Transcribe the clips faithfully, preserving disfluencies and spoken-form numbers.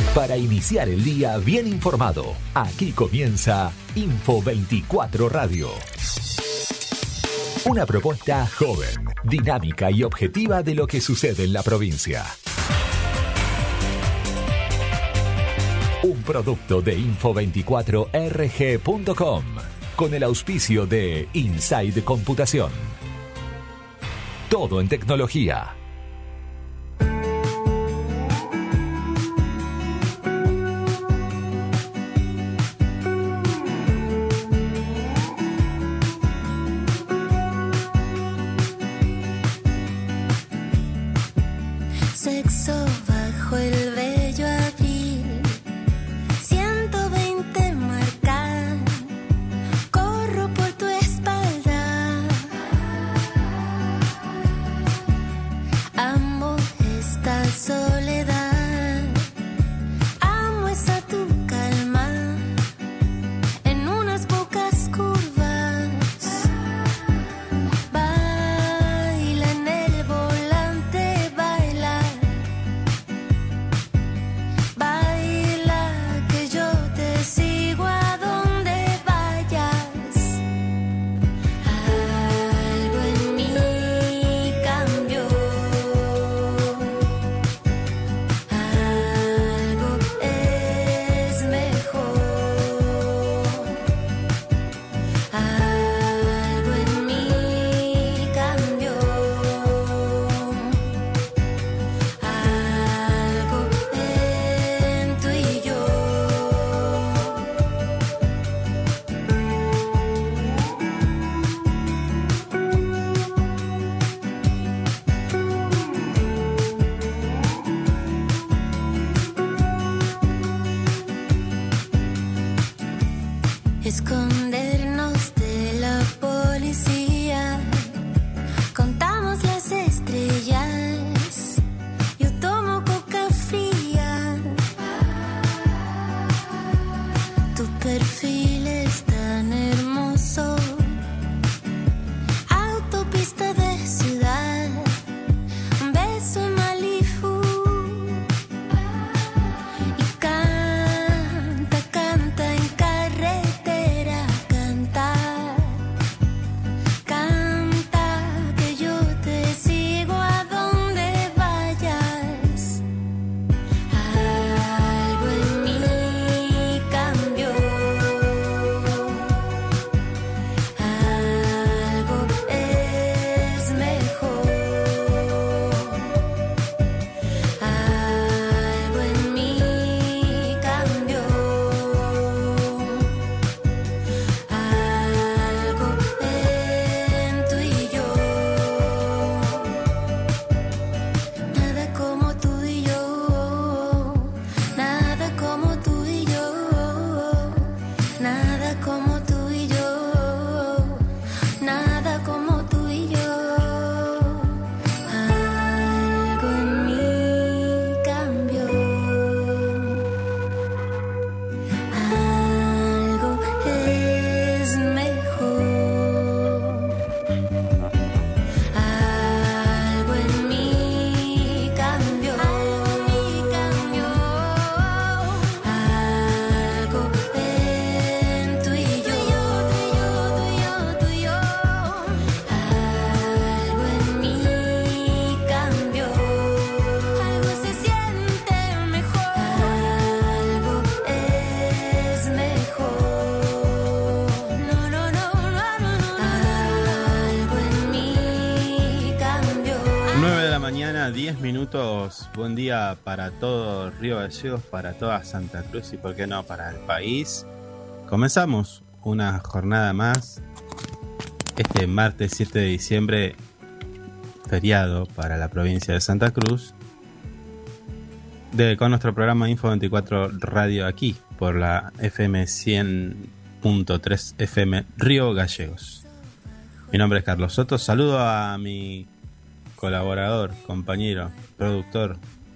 Para iniciar el día bien informado, aquí comienza Info veinticuatro Radio. Una propuesta joven, dinámica y objetiva de lo que sucede en la provincia. Un producto de info veinticuatro r g punto com con el auspicio de Inside Computación. Todo en tecnología. Sexo bajo el bello abril, ciento veinte marcan, corro por tu espalda. Amo esta soledad, amo esa tu calma, en unas pocas curvas. Baila en el volante, baila. Baila que yo te sigo a donde vayas. Algo en mí cambió. Algo es mejor. Algo en mí cambió. Algo en tú y yo. Escondernos de la policía, contamos las estrellas. Yo tomo coca fría. Tu perfil es tan hermoso. Autopista de ciudad, un beso en Malibu. Y canta, canta en carretera, canta, canta que yo te sigo a donde vayas. Algo en mí cambió. Algo es mejor. Algo en mí cambió. Algo en tú y yo. Nada como tú y yo. Nada como tú y yo. Nada como tú y yo. Nada como tú y yo. Algo en mí cambió. Algo es mejor. Algo en mí cambió. Algo en mí cambió. Algo en tú y yo. Tú y yo, tú y yo, tú y yo. Algo en mí cambió. Algo se siente mejor. Algo es mejor. No, no, no, no, no, no. Algo en mí cambió. nueve de la mañana, diez minutos. Buen día para todo Río Gallegos, para toda Santa Cruz y, por qué no, para el país. Comenzamos una jornada más. Este martes siete de diciembre, feriado para la provincia de Santa Cruz. De, con nuestro programa Info veinticuatro Radio aquí, por la F M cien punto tres F M Río Gallegos. Mi nombre es Carlos Soto. Saludo a mi colaborador, compañero, productor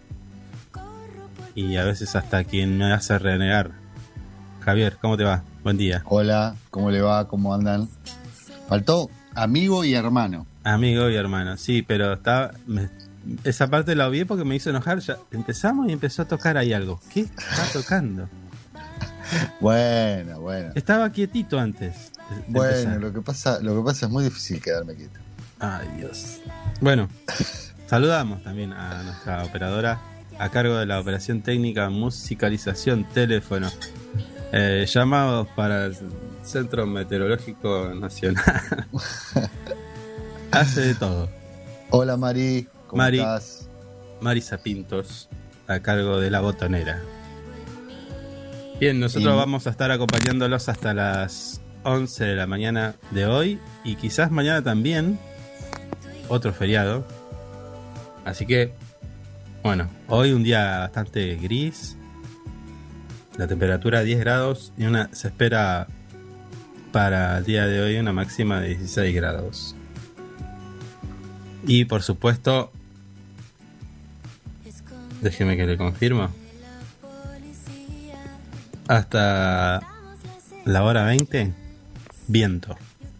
y a veces hasta quien me hace renegar. Javier, ¿cómo te va? Buen día. Hola, ¿cómo le va? ¿Cómo andan? Faltó amigo y hermano. Amigo y hermano, sí, pero está, me esa parte la obvié porque me hizo enojar. Ya empezamos y empezó a tocar ahí algo. ¿Qué está tocando? Bueno, bueno. Estaba quietito antes de- de Bueno, empezar. lo que pasa, lo que pasa es muy difícil quedarme quieto. Ay, Dios. Bueno, saludamos también a nuestra operadora a cargo de la operación técnica, musicalización, teléfono, eh, llamados para el Centro Meteorológico Nacional. Hace de todo. Hola Mari, ¿cómo Mari. estás? Marisa Pintos a cargo de la botonera. Bien, nosotros Y- vamos a estar acompañándolos hasta las once de la mañana de hoy y quizás mañana también, otro feriado. Así que, bueno, hoy un día bastante gris, la temperatura diez grados y una se espera para el día de hoy una máxima de dieciséis grados. Y por supuesto, déjeme que le confirmo, hasta la hora veinte, viento.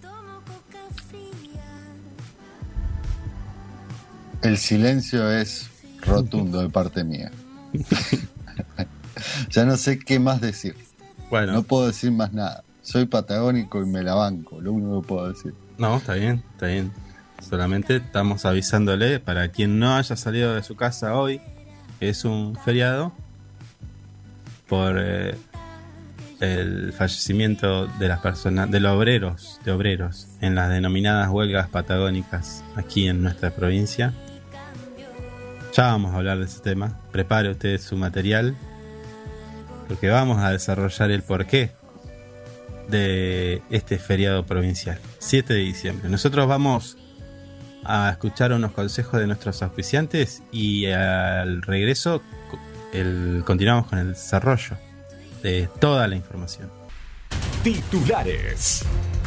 El silencio es rotundo de parte mía. Ya no sé qué más decir. Bueno, No puedo decir más nada. Soy patagónico y me la banco, lo único que puedo decir. no, está bien, está bien. Solamente estamos avisándole para quien no haya salido de su casa hoy, que es un feriado, por eh, el fallecimiento de las personas, de los obreros, de obreros, en las denominadas huelgas patagónicas aquí en nuestra provincia. Ya vamos a hablar de ese tema. Prepare usted su material, porque vamos a desarrollar el porqué de este feriado provincial, siete de diciembre. Nosotros vamos a escuchar unos consejos de nuestros auspiciantes y al regreso el, continuamos con el desarrollo de toda la información. Titulares.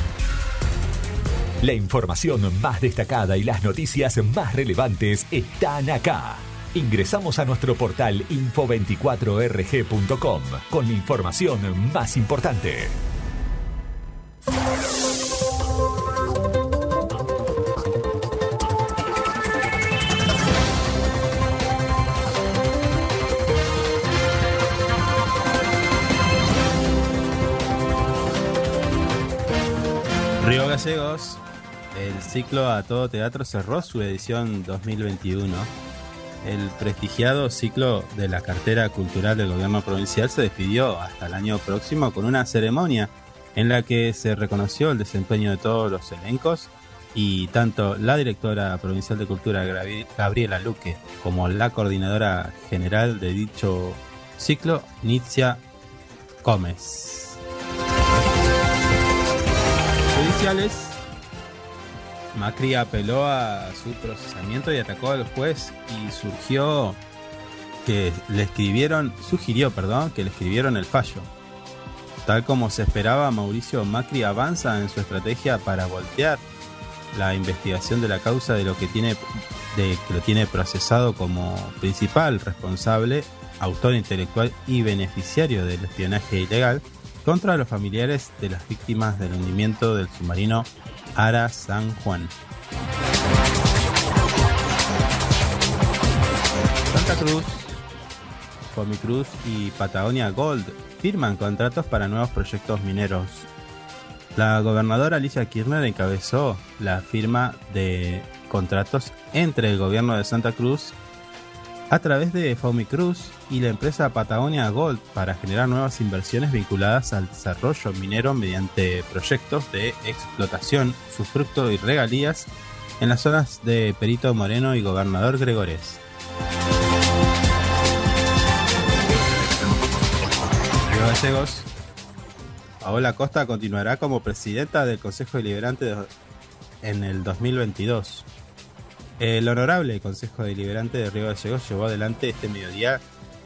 La información más destacada y las noticias más relevantes están acá. Ingresamos a nuestro portal info veinticuatro r g punto com con la información más importante. Río Gallegos, el ciclo A Todo Teatro cerró su edición dos mil veintiuno. El prestigiado ciclo de la cartera cultural del gobierno provincial se despidió hasta el año próximo con una ceremonia en la que se reconoció el desempeño de todos los elencos y tanto la directora provincial de cultura Gabi- Gabriela Luque como la coordinadora general de dicho ciclo, Nitzia Gómez. Judiciales. Macri apeló a su procesamiento y atacó al juez y surgió que le escribieron, sugirió, perdón, que le escribieron el fallo. Tal como se esperaba, Mauricio Macri avanza en su estrategia para voltear la investigación de la causa de lo que tiene, de que lo tiene procesado como principal responsable, autor intelectual y beneficiario del espionaje ilegal contra los familiares de las víctimas del hundimiento del submarino Ara San Juan. Santa Cruz, Fomicruz y Patagonia Gold firman contratos para nuevos proyectos mineros. La gobernadora Alicia Kirchner encabezó la firma de contratos entre el gobierno de Santa Cruz a través de Fomicruz y la empresa Patagonia Gold para generar nuevas inversiones vinculadas al desarrollo minero mediante proyectos de explotación, usufructo y regalías en las zonas de Perito Moreno y Gobernador Gregores. Río Gallegos, Paola Costa continuará como presidenta del Consejo Deliberante de- en el dos mil veintidós. El honorable Consejo Deliberante de Río Gallegos llevó adelante este mediodía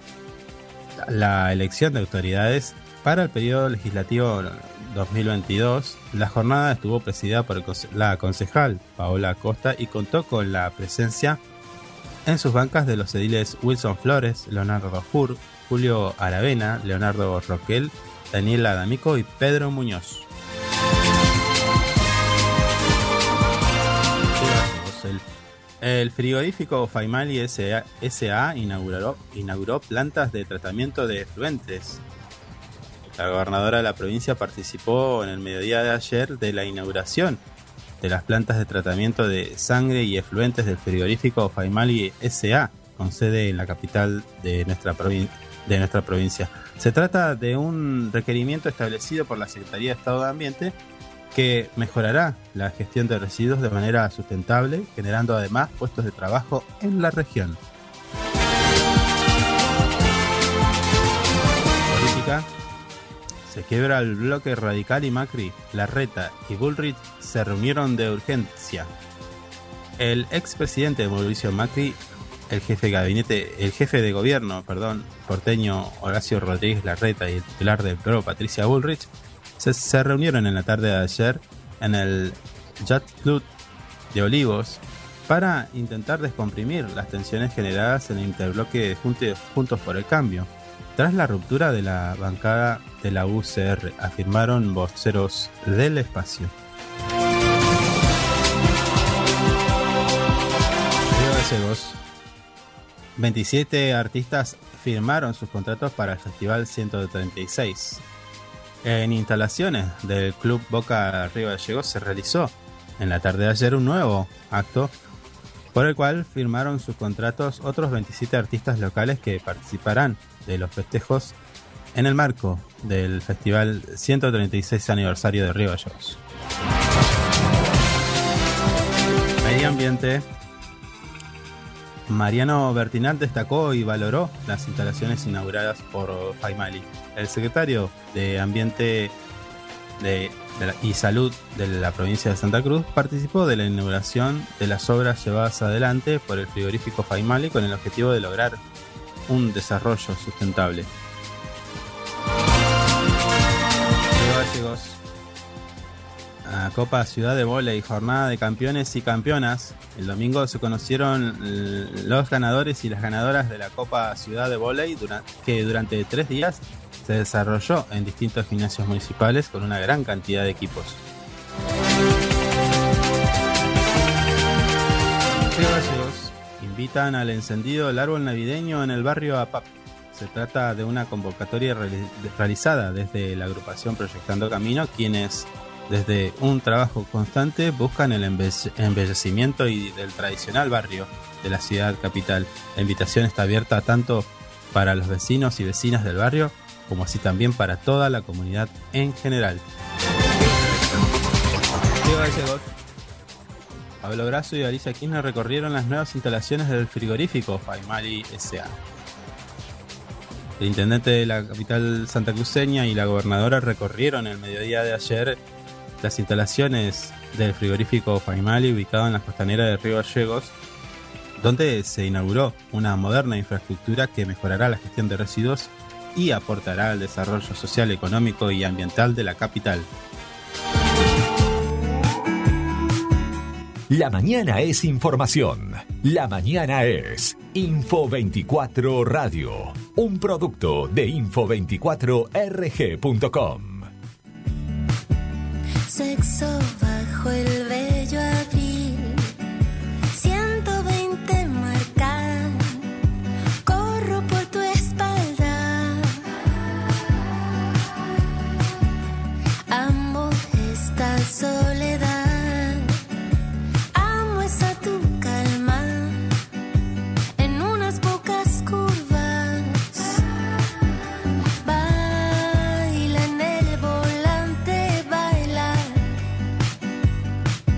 la elección de autoridades para el periodo legislativo dos mil veintidós. La jornada estuvo presidida por el conse- la concejal Paola Costa y contó con la presencia en sus bancas de los ediles Wilson Flores, Leonardo Fur, Julio Aravena, Leonardo Roquel, Daniela D'Amico y Pedro Muñoz. El El frigorífico Faimali S A S A inauguró, inauguró plantas de tratamiento de efluentes. La gobernadora de la provincia participó en el mediodía de ayer de la inauguración de las plantas de tratamiento de sangre y efluentes del frigorífico Faimali S A, con sede en la capital de nuestra, provin- de nuestra provincia. Se trata de un requerimiento establecido por la Secretaría de Estado de Ambiente que mejorará la gestión de residuos de manera sustentable, generando además puestos de trabajo en la región. Política. Se quiebra el bloque Radical y Macri. Larreta y Bullrich se reunieron de urgencia. El expresidente Mauricio Macri, el jefe de gabinete, el jefe de gobierno, perdón, porteño Horacio Rodríguez Larreta y el titular del PRO Patricia Bullrich se, se reunieron en la tarde de ayer en el Yacht Club de Olivos para intentar descomprimir las tensiones generadas en el interbloque Juntos, Juntos por el Cambio. Tras la ruptura de la bancada de la U C R, afirmaron voceros del espacio. Río Gallegos. veintisiete artistas firmaron sus contratos para el Festival ciento treinta y seis. En instalaciones del Club Boca Río Gallegos se realizó en la tarde de ayer un nuevo acto por el cual firmaron sus contratos otros veintisiete artistas locales que participarán de los festejos en el marco del Festival ciento treinta y seis aniversario de Río Gallegos. Medio ambiente. Mariano Bertinat destacó y valoró las instalaciones inauguradas por Faimali. El secretario de Ambiente de, de la, y Salud de la provincia de Santa Cruz participó de la inauguración de las obras llevadas adelante por el frigorífico Faimali con el objetivo de lograr un desarrollo sustentable. Río Gallegos. A Copa Ciudad de Vóley, jornada de campeones y campeonas. El domingo se conocieron los ganadores y las ganadoras de la Copa Ciudad de Vóley, que durante tres días se desarrolló en distintos gimnasios municipales con una gran cantidad de equipos. Río Gallegos invitan al encendido del árbol navideño en el barrio Apap. Se trata de una convocatoria reali- realizada desde la agrupación Proyectando Camino, quienes desde un trabajo constante buscan el embelle- embellecimiento y del tradicional barrio de la ciudad capital. La invitación está abierta tanto para los vecinos y vecinas del barrio, como así también para toda la comunidad en general. Río Gallegos. Pablo Grasso y Alicia Kirchner recorrieron las nuevas instalaciones del frigorífico Faimali S A. El intendente de la capital santacruceña y la gobernadora recorrieron el mediodía de ayer las instalaciones del frigorífico Faimali ubicado en la costanera de Río Gallegos, donde se inauguró una moderna infraestructura que mejorará la gestión de residuos y aportará al desarrollo social, económico y ambiental de la capital. La mañana es información. La mañana es Info veinticuatro Radio, un producto de info veinticuatro r g punto com. Sexo bajo el bello abril, ciento veinte marcan, corro por tu espalda, amo esta soledad, amo esa tu calma, en unas pocas curvas, baila en el volante, baila.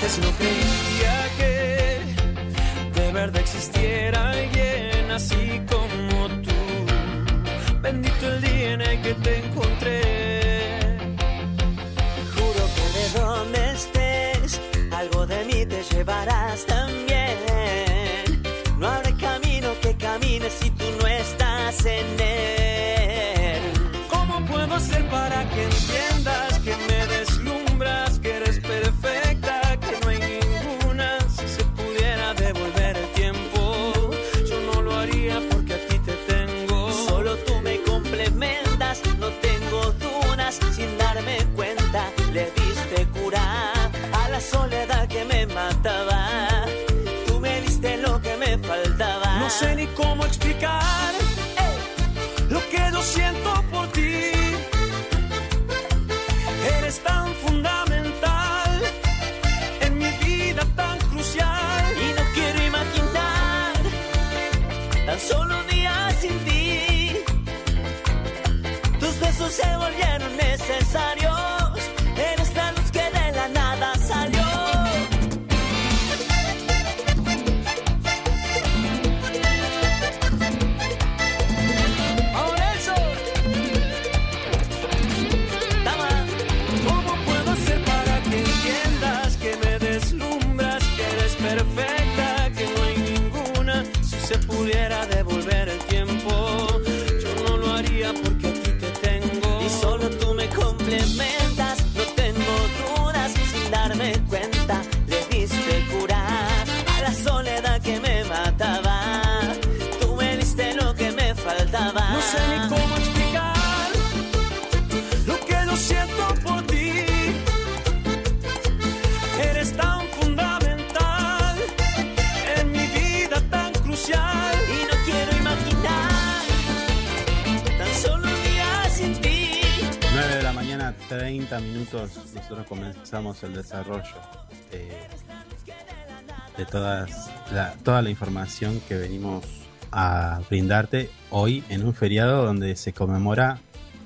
Antes no creía que de verdad existiera alguien así como tú. Bendito el día en el que te encontré. Juro que de donde estés, algo de mí te llevarás también. No habrá camino que camines si tú no estás en él. ¿Cómo puedo hacer para que entiendas que me deslumbras, que eres perfecta, que no hay ninguna? Si se pudiera devolver el tiempo, yo no lo haría porque a ti te tengo. Solo tú me complementas, no tengo dudas. Sin darme cuenta, le diste cura a la soledad que me mataba. Tú me diste lo que me faltaba. No sé ni cómo explicar eh, lo que yo siento por ti. Eres tan fundamental en mi vida, tan crucial. Y no quiero imaginar tan solo un día sin ti. Tus besos se volvieron necesarios. Eres la luz que de la nada salió. Ahora eso. Tama. ¿Cómo puedo hacer para que entiendas que me deslumbras, que eres perfecta, que no hay ninguna? Si se pudiera devolver el tiempo, yo no lo haría porque a ti te tengo. Y solo tú me complementas, no tengo dudas. Sin darme cuenta, le diste cura a la soledad que me mataba. Tú me diste lo que me faltaba. No sé ni cómo explicar lo que yo siento por ti. Eres tan fundamental en mi vida, tan crucial. Y no quiero imaginar tan solo un día sin ti. nueve de la mañana, treinta minutos. Nosotros comenzamos el desarrollo de, de todas la, toda la información que venimos a brindarte hoy en un feriado donde se conmemora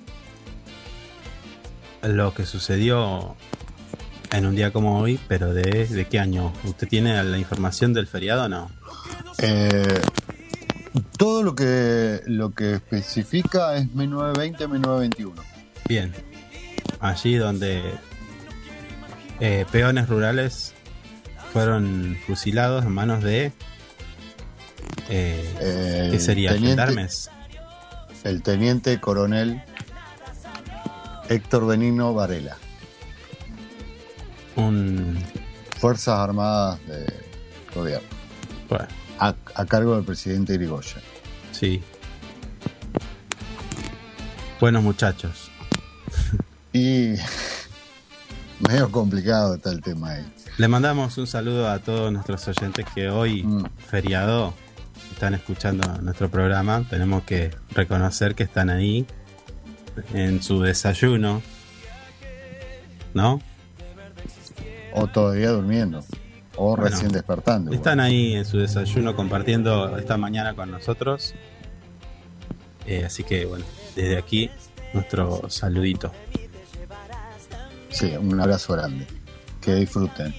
lo que sucedió en un día como hoy, pero de, ¿de qué año? ¿Usted tiene la información del feriado o no? Eh, todo lo que lo que especifica es mil novecientos veinte a mil novecientos veintiuno. Bien, allí donde eh, peones rurales fueron fusilados en manos de eh, Eh, ¿qué sería? teniente- ¿Gendarmes? El teniente coronel Héctor Benigno Varela, Un Fuerzas Armadas de Gobierno, bueno, a, a cargo del presidente Irigoyen. sí. Buenos muchachos. Y medio complicado está el tema ahí. Le mandamos un saludo a todos nuestros oyentes que hoy, Mm. feriado, están escuchando nuestro programa. Tenemos que reconocer que están ahí en su desayuno, ¿no? O todavía durmiendo, o Bueno, recién despertando. Están ahí en su desayuno compartiendo esta mañana con nosotros. Eh, así que, bueno, desde aquí, nuestro saludito. Sí, un abrazo grande. Que disfruten.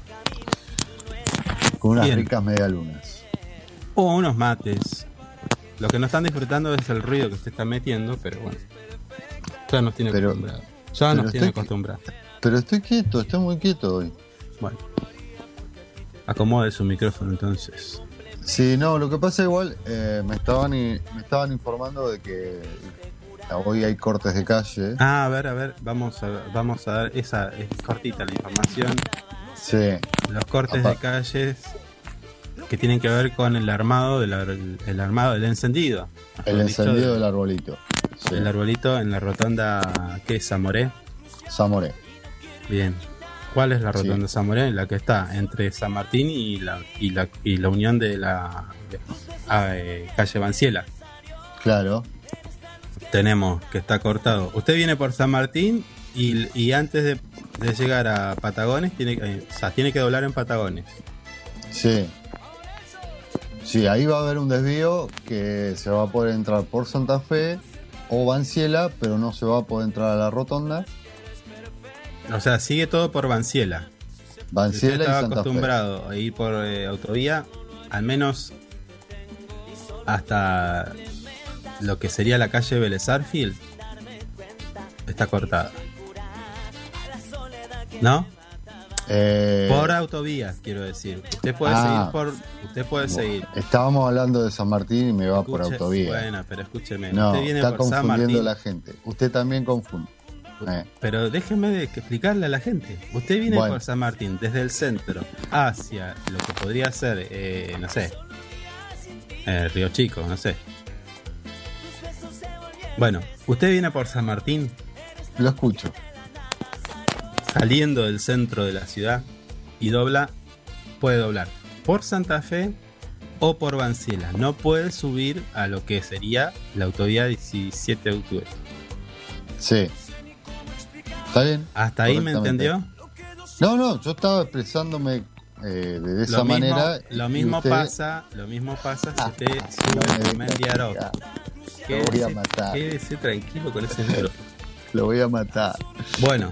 Con unas Bien. ricas medialunas. O unos mates. Lo que no están disfrutando es el ruido que se está metiendo, pero bueno. Ya nos tiene Pero- acostumbrados. Ya pero nos tiene estoy- acostumbrados. Pero estoy quieto, estoy muy quieto hoy. Bueno. Acomode su micrófono entonces. Sí, no, lo que pasa igual, eh, me estaban i- me estaban informando de que hoy hay cortes de calle. Ah, a ver, a ver, vamos a, vamos a dar esa, es cortita la información. Sí, Los cortes Apa. de calles que tienen que ver con el armado, del ar- el armado, del encendido. el Mejor dicho, encendido del- del arbolito. Sí, El arbolito en la rotonda, ¿qué es? Zamoré. Zamoré. Bien. ¿Cuál es la Sí. rotonda Zamoré? La que está entre San Martín y la y la, y la unión de la de- ah, eh, calle Banciela. Claro, Tenemos que está cortado. Usted viene por San Martín y, y antes de, de llegar a Patagones tiene, que- eh, o sea, tiene que doblar en Patagones. sí. Sí, ahí va a haber un desvío que se va a poder entrar por Santa Fe o Banciela, pero no se va a poder entrar a la rotonda. O sea, sigue todo por Banciela. usted Banciela y estaba Santa Fe. acostumbrado a ir por eh, autovía, al menos hasta lo que sería la calle Vélez Arfield, está cortada. ¿No? Eh, Por autovía, quiero decir. Usted puede Ah. seguir por. Usted puede seguir. Estábamos hablando de San Martín y me va por Escuche- autovía. Bueno, pero escúcheme. No, usted viene está por San confundiendo Martín. la gente. Usted también confunde. Eh, Pero déjeme de que explicarle a la gente. Usted viene Bueno. por San Martín desde el centro hacia lo que podría ser, eh, no sé, eh, Río Chico, no sé. Bueno, usted viene por San Martín Lo escucho. saliendo del centro de la ciudad y dobla, puede doblar por Santa Fe o por Banciela. No puede subir a lo que sería la autovía diecisiete de octubre. Sí. ¿Está bien? ¿Hasta ahí me Correctamente. entendió? No, no, yo estaba expresándome eh, de esa Lo mismo, manera. lo y mismo usted- pasa, lo mismo pasa si usted no sube me a diga Mendiaró. que- Lo Quédese, voy a matar. quédese tranquilo con ese micrófono. Lo voy a matar. Bueno,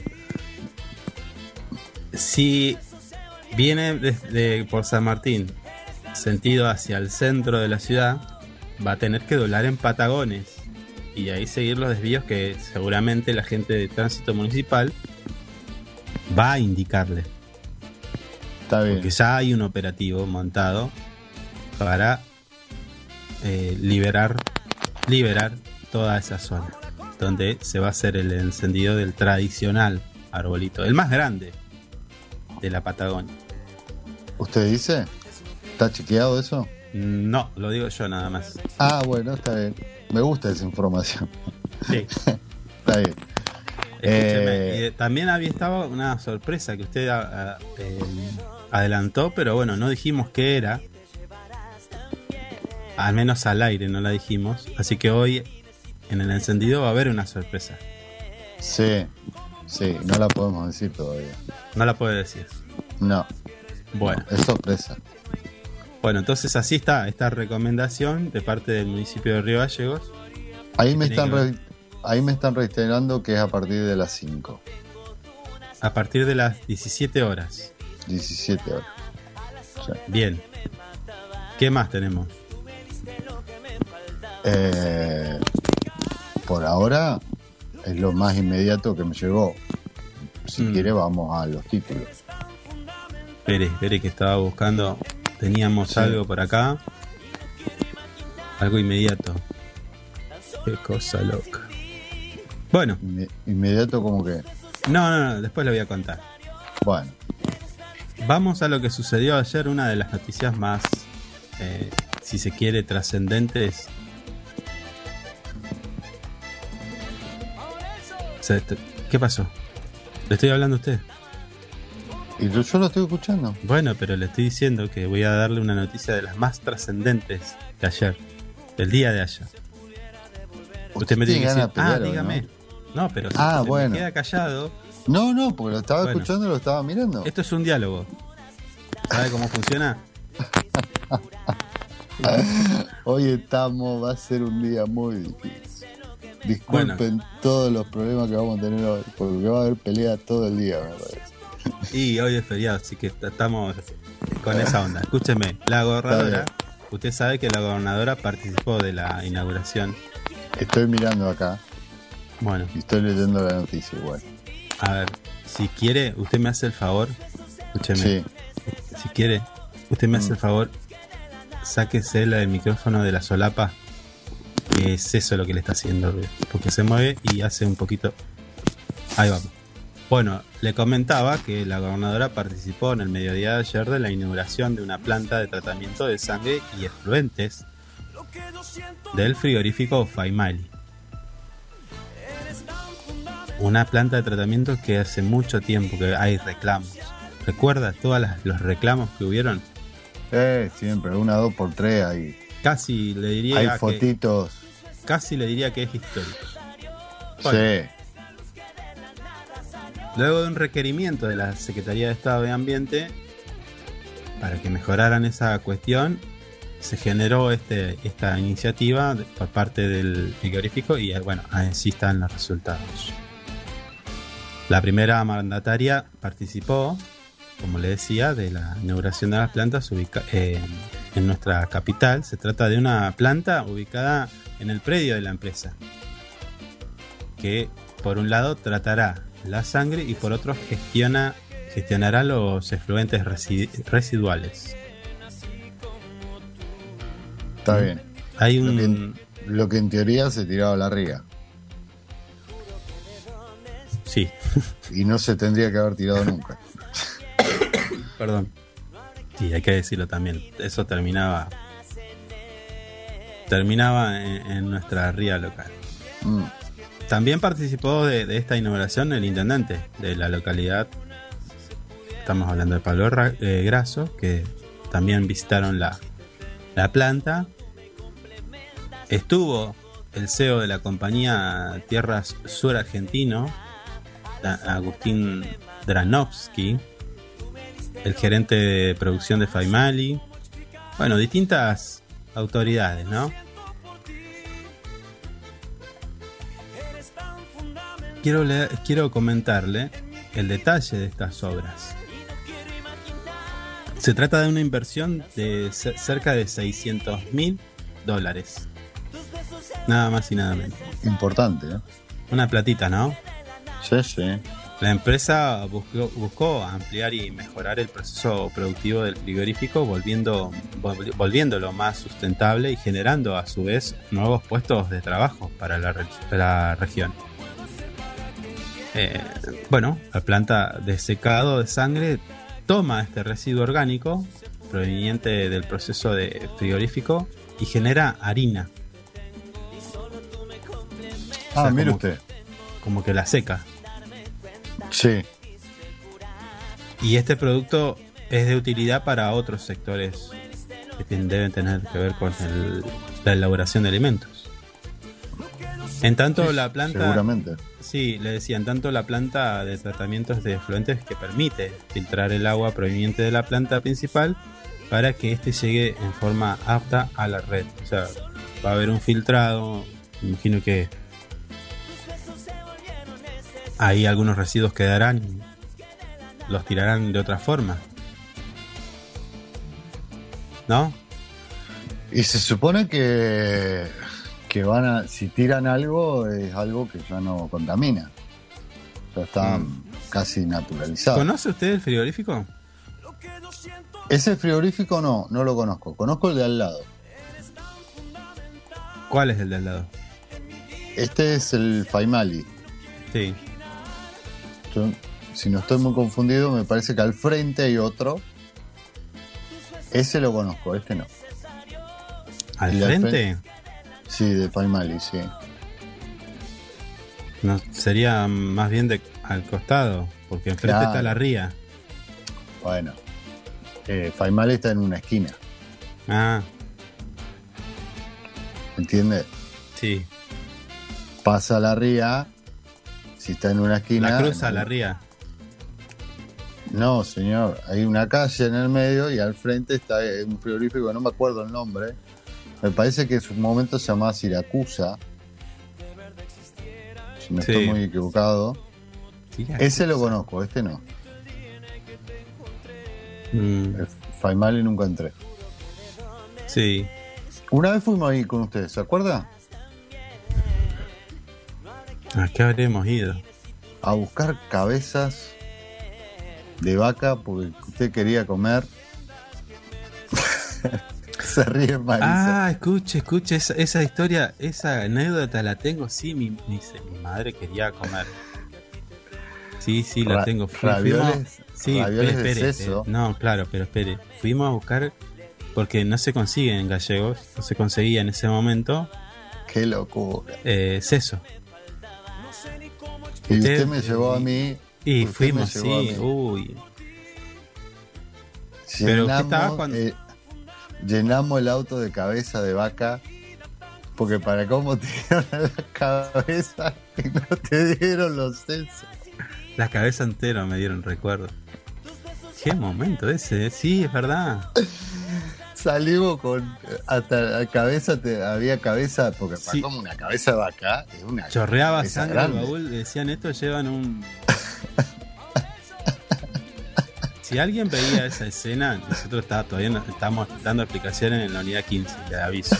si viene desde por San Martín, sentido hacia el centro de la ciudad, va a tener que doblar en Patagones y ahí seguir los desvíos que seguramente la gente de tránsito municipal va a indicarle. Está bien. Porque ya hay un operativo montado para eh, liberar, liberar toda esa zona donde se va a hacer el encendido del tradicional arbolito, el más grande de la Patagonia. ¿Usted dice? ¿Está chequeado eso? No, lo digo yo nada más. Ah, bueno, está bien. Me gusta esa información. Sí. Está bien. Escúcheme, Eh, y, eh, también había estado una sorpresa que usted a- a- eh, adelantó, pero bueno, no dijimos qué era. Al menos al aire no la dijimos. Así que hoy en el encendido va a haber una sorpresa. Sí, sí, no la podemos decir todavía. No la puede decir. No, Bueno, es sorpresa. bueno, entonces así está esta recomendación de parte del municipio de Río Gallegos. Ahí me Tiene están que ver. re- ahí me están reiterando que es a partir de las cinco, A partir de las diecisiete horas. diecisiete horas. Sí. Bien. ¿Qué más tenemos? Eh, por ahora es lo más inmediato que me llegó. Si Mm. quiere vamos a los títulos. Espere, espere que estaba buscando. Teníamos Sí. algo por acá. Algo inmediato. Qué cosa loca. Bueno, Inme- Inmediato como que, no, no, no, después lo voy a contar. bueno, Vamos a lo que sucedió ayer, una de las noticias más, eh, si se quiere, trascendentes. O sea, te- ¿Qué pasó? Le estoy hablando a usted. y yo, yo lo estoy escuchando. Bueno, pero le estoy diciendo que voy a darle una noticia de las más trascendentes de ayer, del día de ayer. Usted me tiene que tiene decir, ganas de ah, pelear, ¿o dígame. No, pero si Ah, se me bueno. queda callado, No, no, porque lo estaba Bueno. escuchando y lo estaba mirando. esto es un diálogo. ¿Sabe cómo funciona? Hoy estamos, va a ser un día muy difícil. Disculpen todos los problemas que vamos a tener hoy, porque va a haber pelea todo el día, me parece. Y hoy es feriado, así que t- estamos con esa onda. Escúcheme, la gobernadora, usted sabe que la gobernadora participó de la inauguración. Estoy mirando acá Bueno, y estoy leyendo la noticia igual. a ver, si quiere, usted me hace el favor, escúcheme, Sí, si quiere, usted me hace Mm. el favor, sáquese la del micrófono de la solapa, que es eso lo que le está haciendo ruido, porque se mueve y hace un poquito. Ahí vamos. Bueno, le comentaba que la gobernadora participó en el mediodía de ayer de la inauguración de una planta de tratamiento de sangre y efluentes del frigorífico Faimali. Una planta de tratamiento que hace mucho tiempo que hay reclamos. ¿Recuerda todos los reclamos que hubieron? eh, siempre, una, dos por tres ahí. Casi le diría Hay que fotitos. casi le diría que es histórico. Bueno. Sí, Luego de un requerimiento de la Secretaría de Estado de Ambiente para que mejoraran esa cuestión, se generó este, esta iniciativa de- por parte del frigorífico y bueno, así están los resultados. La primera mandataria participó como le decía, de la inauguración de las plantas ubica- eh, en nuestra capital. Se trata de una planta ubicada en el predio de la empresa, que por un lado tratará la sangre y por otro gestiona, gestionará los efluentes resi- residuales. Está bien. Hay Lo que, un... en, lo que en teoría se tiraba a la ría. Sí, Y no se tendría que haber tirado nunca. perdón. Sí, hay que decirlo también. Eso terminaba... Terminaba en, en nuestra ría local. Mm. También participó de, de esta inauguración el intendente de la localidad. Estamos hablando de Pablo Ra- eh, Grasso, que también visitaron la, la planta. Estuvo el C E O de la compañía Tierras Sur Argentino, a- Agustín Dranovsky, el gerente de producción de Faimali. Bueno, distintas autoridades, ¿no? Quiero, leer- quiero comentarle el detalle de estas obras. Se trata de una inversión de ce- cerca de seiscientos mil dólares. Nada más y nada menos. Importante, ¿eh? Una platita, ¿no? Sí, sí. La empresa buscó, buscó ampliar y mejorar el proceso productivo del frigorífico, volviendo, vol- volviéndolo más sustentable y generando a su vez nuevos puestos de trabajo para la, re- la región. Eh, bueno, la planta de secado de sangre toma este residuo orgánico proveniente del proceso de frigorífico y genera harina. Ah, O sea, mire como- usted. Como que la seca. Sí. Y este producto es de utilidad para otros sectores que tienen- deben tener que ver con el- la elaboración de alimentos. En tanto Sí, la planta... Seguramente. Sí, le decía, en tanto la planta de tratamientos de efluentes que permite filtrar el agua proveniente de la planta principal para que éste llegue en forma apta a la red. O sea, va a haber un filtrado, me imagino que ahí algunos residuos quedarán y los tirarán de otra forma. ¿No? Y se supone que, que van a, si tiran algo, es algo que ya no contamina. Ya está Mm. casi naturalizado. ¿Conoce usted el frigorífico? Ese frigorífico no, no lo conozco. Conozco el de al lado. ¿Cuál es el de al lado? Este es el Faimali. Sí. Yo, si no estoy muy confundido, me parece que al frente hay otro. Ese lo conozco, este no. ¿Al ¿Y al frente? Sí, de Faimali, sí. No, sería más bien de al costado, porque enfrente Claro. está la ría. Bueno, eh, Faimali está en una esquina, Ah, ¿entiendes? sí. Pasa la ría, si está en una esquina... La cruza no, la ría. No, señor, hay una calle en el medio y al frente está un frigorífico, no me acuerdo el nombre. Me parece que en su momento se llamaba Siracusa. Si no Sí. estoy muy equivocado. Sí, Ese lo conozco, este no. Mm, El Faimali nunca entré. sí. Una vez fuimos ahí con ustedes, ¿se acuerda? ¿A qué habremos ido? A buscar cabezas de vaca porque usted quería comer. Se ríe Marisa. Ah, escuche, escuche, esa, esa historia, esa anécdota la tengo, sí, mi, mi, mi madre quería comer. Sí, sí, la Ra- tengo. Fu- ravioles- fuimos- sí, ravioles espere, de espere, seso. eh, no, claro, pero espere. Fuimos a buscar, porque no se consigue en gallegos, no se conseguía en ese momento, Qué locura. eh, seso. Y Usted- usted me llevó a mí. Y usted me fuimos, llevó a sí, mí. uy. Pero ¿qué estaba Llenamos, cuando- eh, llenamos el auto de cabeza de vaca. Porque para cómo te dieron la cabeza y no te dieron los sesos. La cabeza entera me dieron recuerdo. Qué momento ese, eh. Sí, es verdad. Salimos con hasta la cabeza, te, había cabeza, porque para Sí. como una cabeza de vaca es una Chorreaba cabeza sangre el grande. baúl, decían esto, llevan un... si alguien veía esa escena, nosotros está, todavía no, estamos dando explicaciones en la unidad quince, le aviso.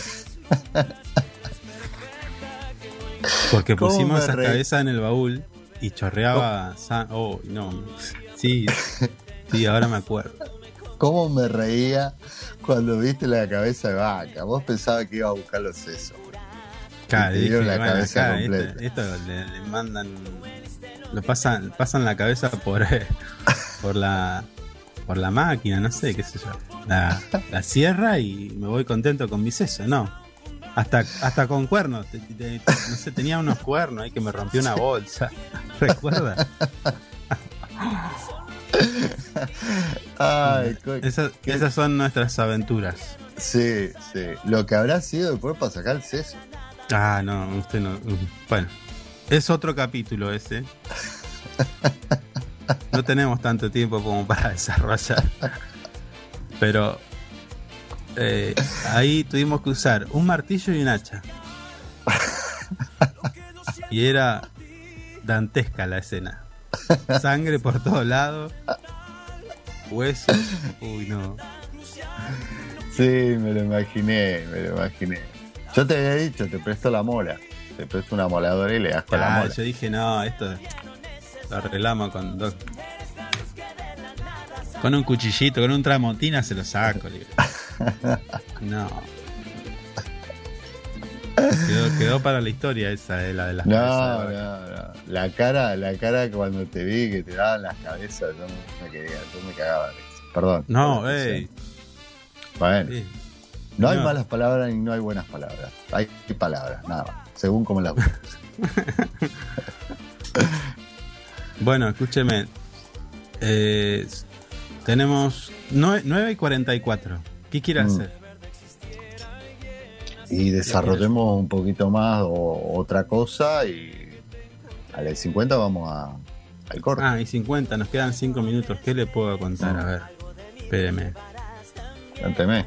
Porque pusimos esa cabeza en el baúl y chorreaba. San... Oh, no. Sí, sí, ahora me acuerdo. ¿Cómo me reía cuando viste la cabeza de vaca? Vos pensabas que iba a buscar los sesos. Claro, dije, la bueno, cabeza acá, completa. Esto, esto le, le mandan. Lo pasan, pasan la cabeza por, por la. Por la máquina, no sé, qué sé yo. La, la cierra y me voy contento con mi seso, no. Hasta, hasta con cuernos, te, te, te, no sé, tenía unos cuernos ahí que me rompió una bolsa. ¿Recuerdas? Ay, co- esas, qué- esas son nuestras aventuras. Sí, sí. Lo que habrá sido después para sacar el seso. Ah, no, usted no. Bueno, es otro capítulo ese. No tenemos tanto tiempo como para desarrollar. Pero eh, ahí tuvimos que usar un martillo y un hacha. Y era dantesca la escena. Sangre por todos lados. Huesos. Uy, no. Sí, me lo imaginé, me lo imaginé. Yo te había dicho, te presto la mola. Te presto una moladora y le das con la Ah, mola. yo dije, no, esto lo arreglamos con dos. Con un cuchillito, con un tramontina se lo saco. le digo. No. Quedó, quedó para la historia esa, eh, la de las No, cabezas de vaca. no, no. La cara, la cara cuando te vi que te daban las cabezas, yo me quería, yo me cagaba de risa. Perdón. No, por la ey. expresión. Bueno, Sí. no hay no. malas palabras ni no hay buenas palabras. Hay palabras, nada más. Según como las uses. Bueno, escúcheme. Eh, tenemos nueve y cuarenta y cuatro. ¿Qué quiere Mm. hacer? Y desarrollemos un poquito más o, otra cosa y a las cincuenta vamos a, al corte. Ah, y cincuenta, nos quedan cinco minutos. ¿Qué le puedo contar? A ver, espéreme. Cánteme.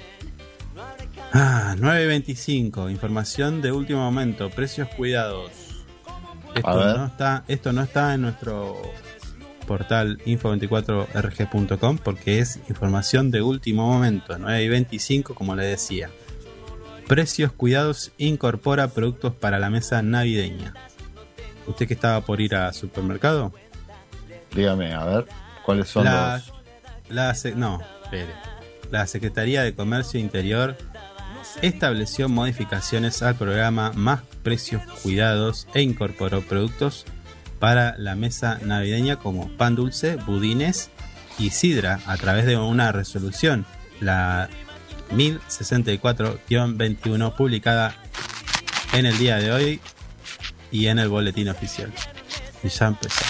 Ah, nueve veinticinco, información de último momento, precios cuidados. A Esto ver. no está, esto no está en nuestro portal info veinticuatro r g punto com porque es información de último momento, nueve y veinticinco, como le decía. Precios cuidados incorpora productos para la mesa navideña. ¿Usted que estaba por ir a supermercado? Dígame, a ver, ¿cuáles son La, los...? la se- no, espere. La Secretaría de Comercio Interior estableció modificaciones al programa Más Precios Cuidados e incorporó productos para la mesa navideña como pan dulce, budines y sidra a través de una resolución, la mil sesenta y cuatro guión veintiuno, publicada en el día de hoy y en el boletín oficial. Y ya empezó.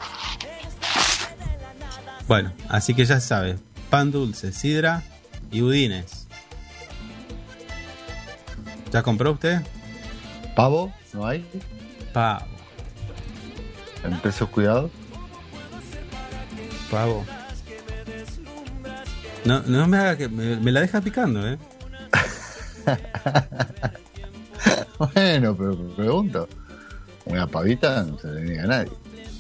Bueno, así que ya sabe, pan dulce, sidra y budines. ¿Ya compró usted? ¿Pavo? ¿No hay? Pavo, ¿En precios cuidados? pavo. No, no me haga que me, me la deja picando, ¿eh? Bueno, pero me pregunto. Una pavita no se le niega a nadie.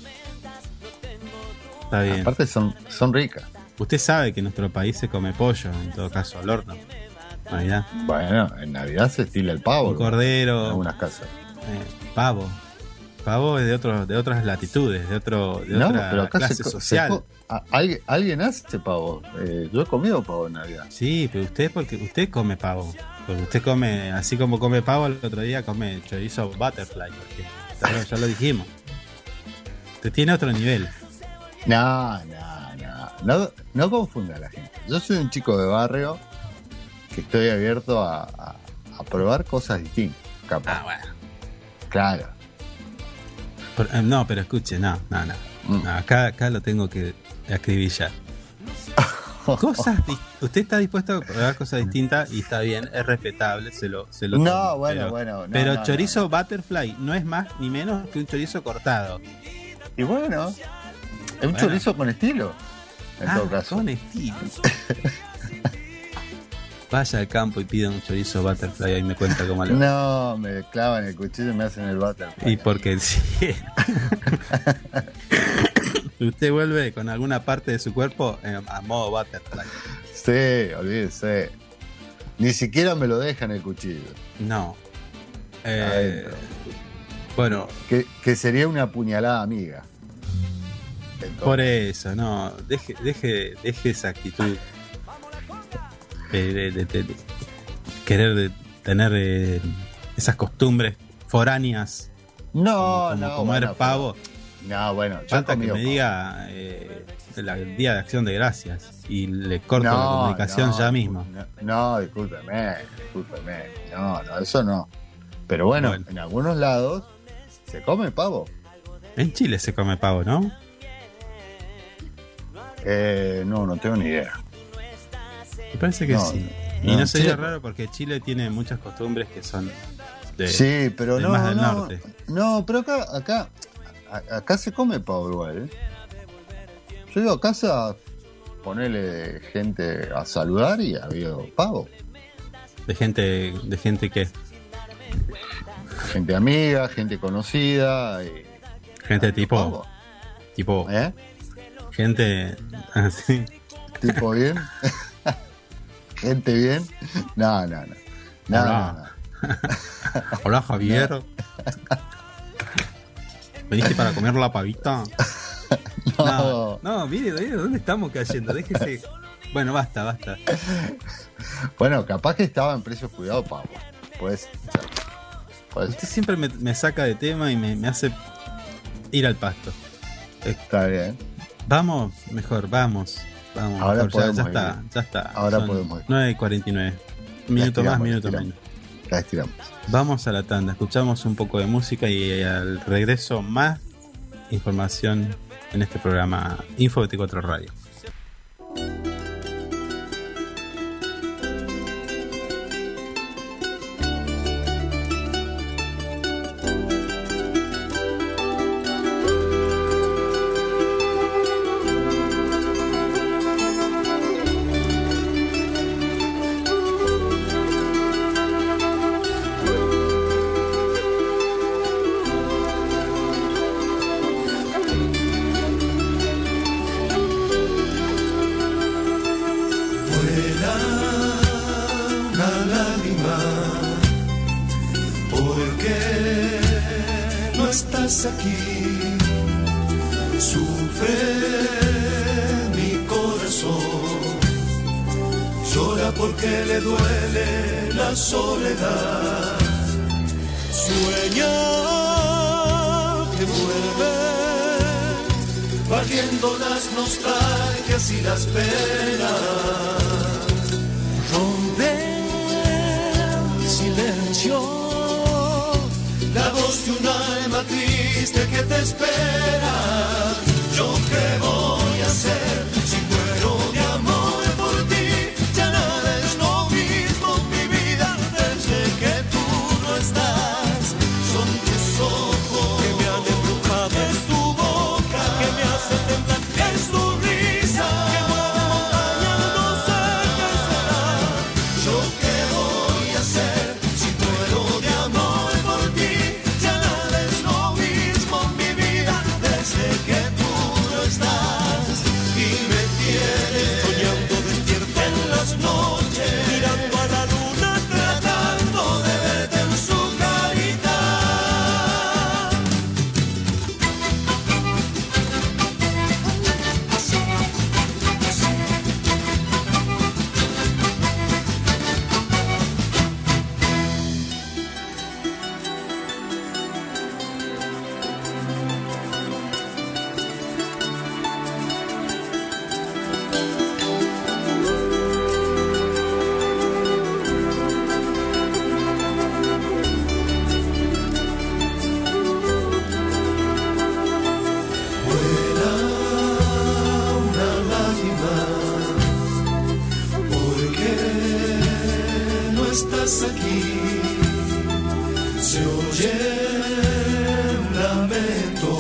Está bien. Aparte son, son ricas. Usted sabe que en nuestro país se come pollo, en todo caso, al horno. Navidad. Bueno, en Navidad se estila el pavo. Un En cordero. algunas casas. eh, pavo. Pavo es de otros, de otras latitudes, de otro, de No, otra pero acá clase se, co- se social. co- a- alguien, alguien hace pavo. Eh, yo he comido pavo en Navidad. Sí, pero usted porque usted come pavo. Porque usted come, así como come pavo, el otro día come chorizo butterfly. Porque, ya, lo, ya lo dijimos. Usted tiene otro nivel. No, no, no. No, no confunda a la gente. Yo soy un chico de barrio que estoy abierto a, a, a probar cosas distintas. Capaz. Ah, bueno. Claro. Por- eh, no, pero escuche, no, no, no. Mm. No, acá, acá lo tengo que acribillar. Cosas di- usted está dispuesto a probar cosas distintas y está bien, es respetable, se lo, se lo No, tomo, bueno, pero, bueno, no, pero no, chorizo no. butterfly no es más ni menos que un chorizo cortado. Y bueno, es un Bueno. chorizo con estilo. En Ah, todo caso. con estilo. Vaya al campo y pida un chorizo butterfly y me cuenta cómo lo. No, me clavan el cuchillo y me hacen el butterfly. Y porque sí. Usted vuelve con alguna parte de su cuerpo eh, a modo butterfly. Sí, olvídese. Ni siquiera me lo dejan el cuchillo. No. Eh, Adentro. bueno, Que, que sería una puñalada amiga. Entonces, por eso, no. Deje, deje, deje esa actitud de, de- de- de- de querer de tener eh, esas costumbres foráneas no, como, como no. comer bueno, pavo. pero- No, bueno, yo he Falta que comido me pavo. diga eh, el, el día de Acción de Gracias y le corto la No, comunicación no, ya mismo. No, no, discúlpeme, discúlpeme. No, no, eso no. Pero bueno, Bueno. en algunos lados se come pavo. En Chile se come pavo, ¿no? Eh, no, no tengo ni idea. Me parece que No, sí. no, Y no sería Chile- raro porque Chile tiene muchas costumbres que son de, Sí, pero de no, más del no, norte. no, pero acá, acá, a- acá se come pavo igual. ¿eh? Yo digo a casa, ponerle gente a saludar y ha habido pavo. De gente, de gente que, Gente amiga, gente conocida. Y, gente tipo, pavo. tipo, ¿Eh? gente así. ¿Tipo bien? ¿Gente bien? No, no, no. No, Hola. no, no. Hola Javier. ¿Veniste para comer la pavita? No. No, no, mire, mire, ¿dónde estamos cayendo? Déjese. Bueno, basta, basta. Bueno, capaz que estaba en precios cuidados pavo. Pues, pues Usted siempre me, me saca de tema y me, me hace ir al pasto. está bien. Vamos, mejor, vamos. Vamos, Ahora mejor, ya, ya podemos está, ir. ya está. Ahora Son podemos ir. nueve y cuarenta y nueve. La Minuto más, estiramos, la minuto estiramos. menos. La estiramos. Vamos a la tanda, escuchamos un poco de música y al regreso más información en este programa Info veinticuatro Radio. Una lágrima, ¿por qué no estás aquí? Sufre mi corazón, llora porque le duele la soledad. Sueña que vuelve, barriendo las nostalgias y las penas. Rompe el silencio, la voz de un alma triste que te espera. ¿Yo qué voy a hacer si muero de amor por ti? Ya nada es lo mismo, mi vida, desde que tú no estás. Son tus ojos que me han embrujado, es tu boca que me hace temblar, es tu risa que mueve montañas, no sé qué será. ¿Yo qué voy a hacer si muero de amor por ti? Ya nada es lo mismo, mi vida, desde que tú no estás. Y me tienes soñando despierto en las noches, mirando a la luna, tratando de verte en su carita. Vuela una lágrima, ¿por qué no estás aquí? Se oye un lamento,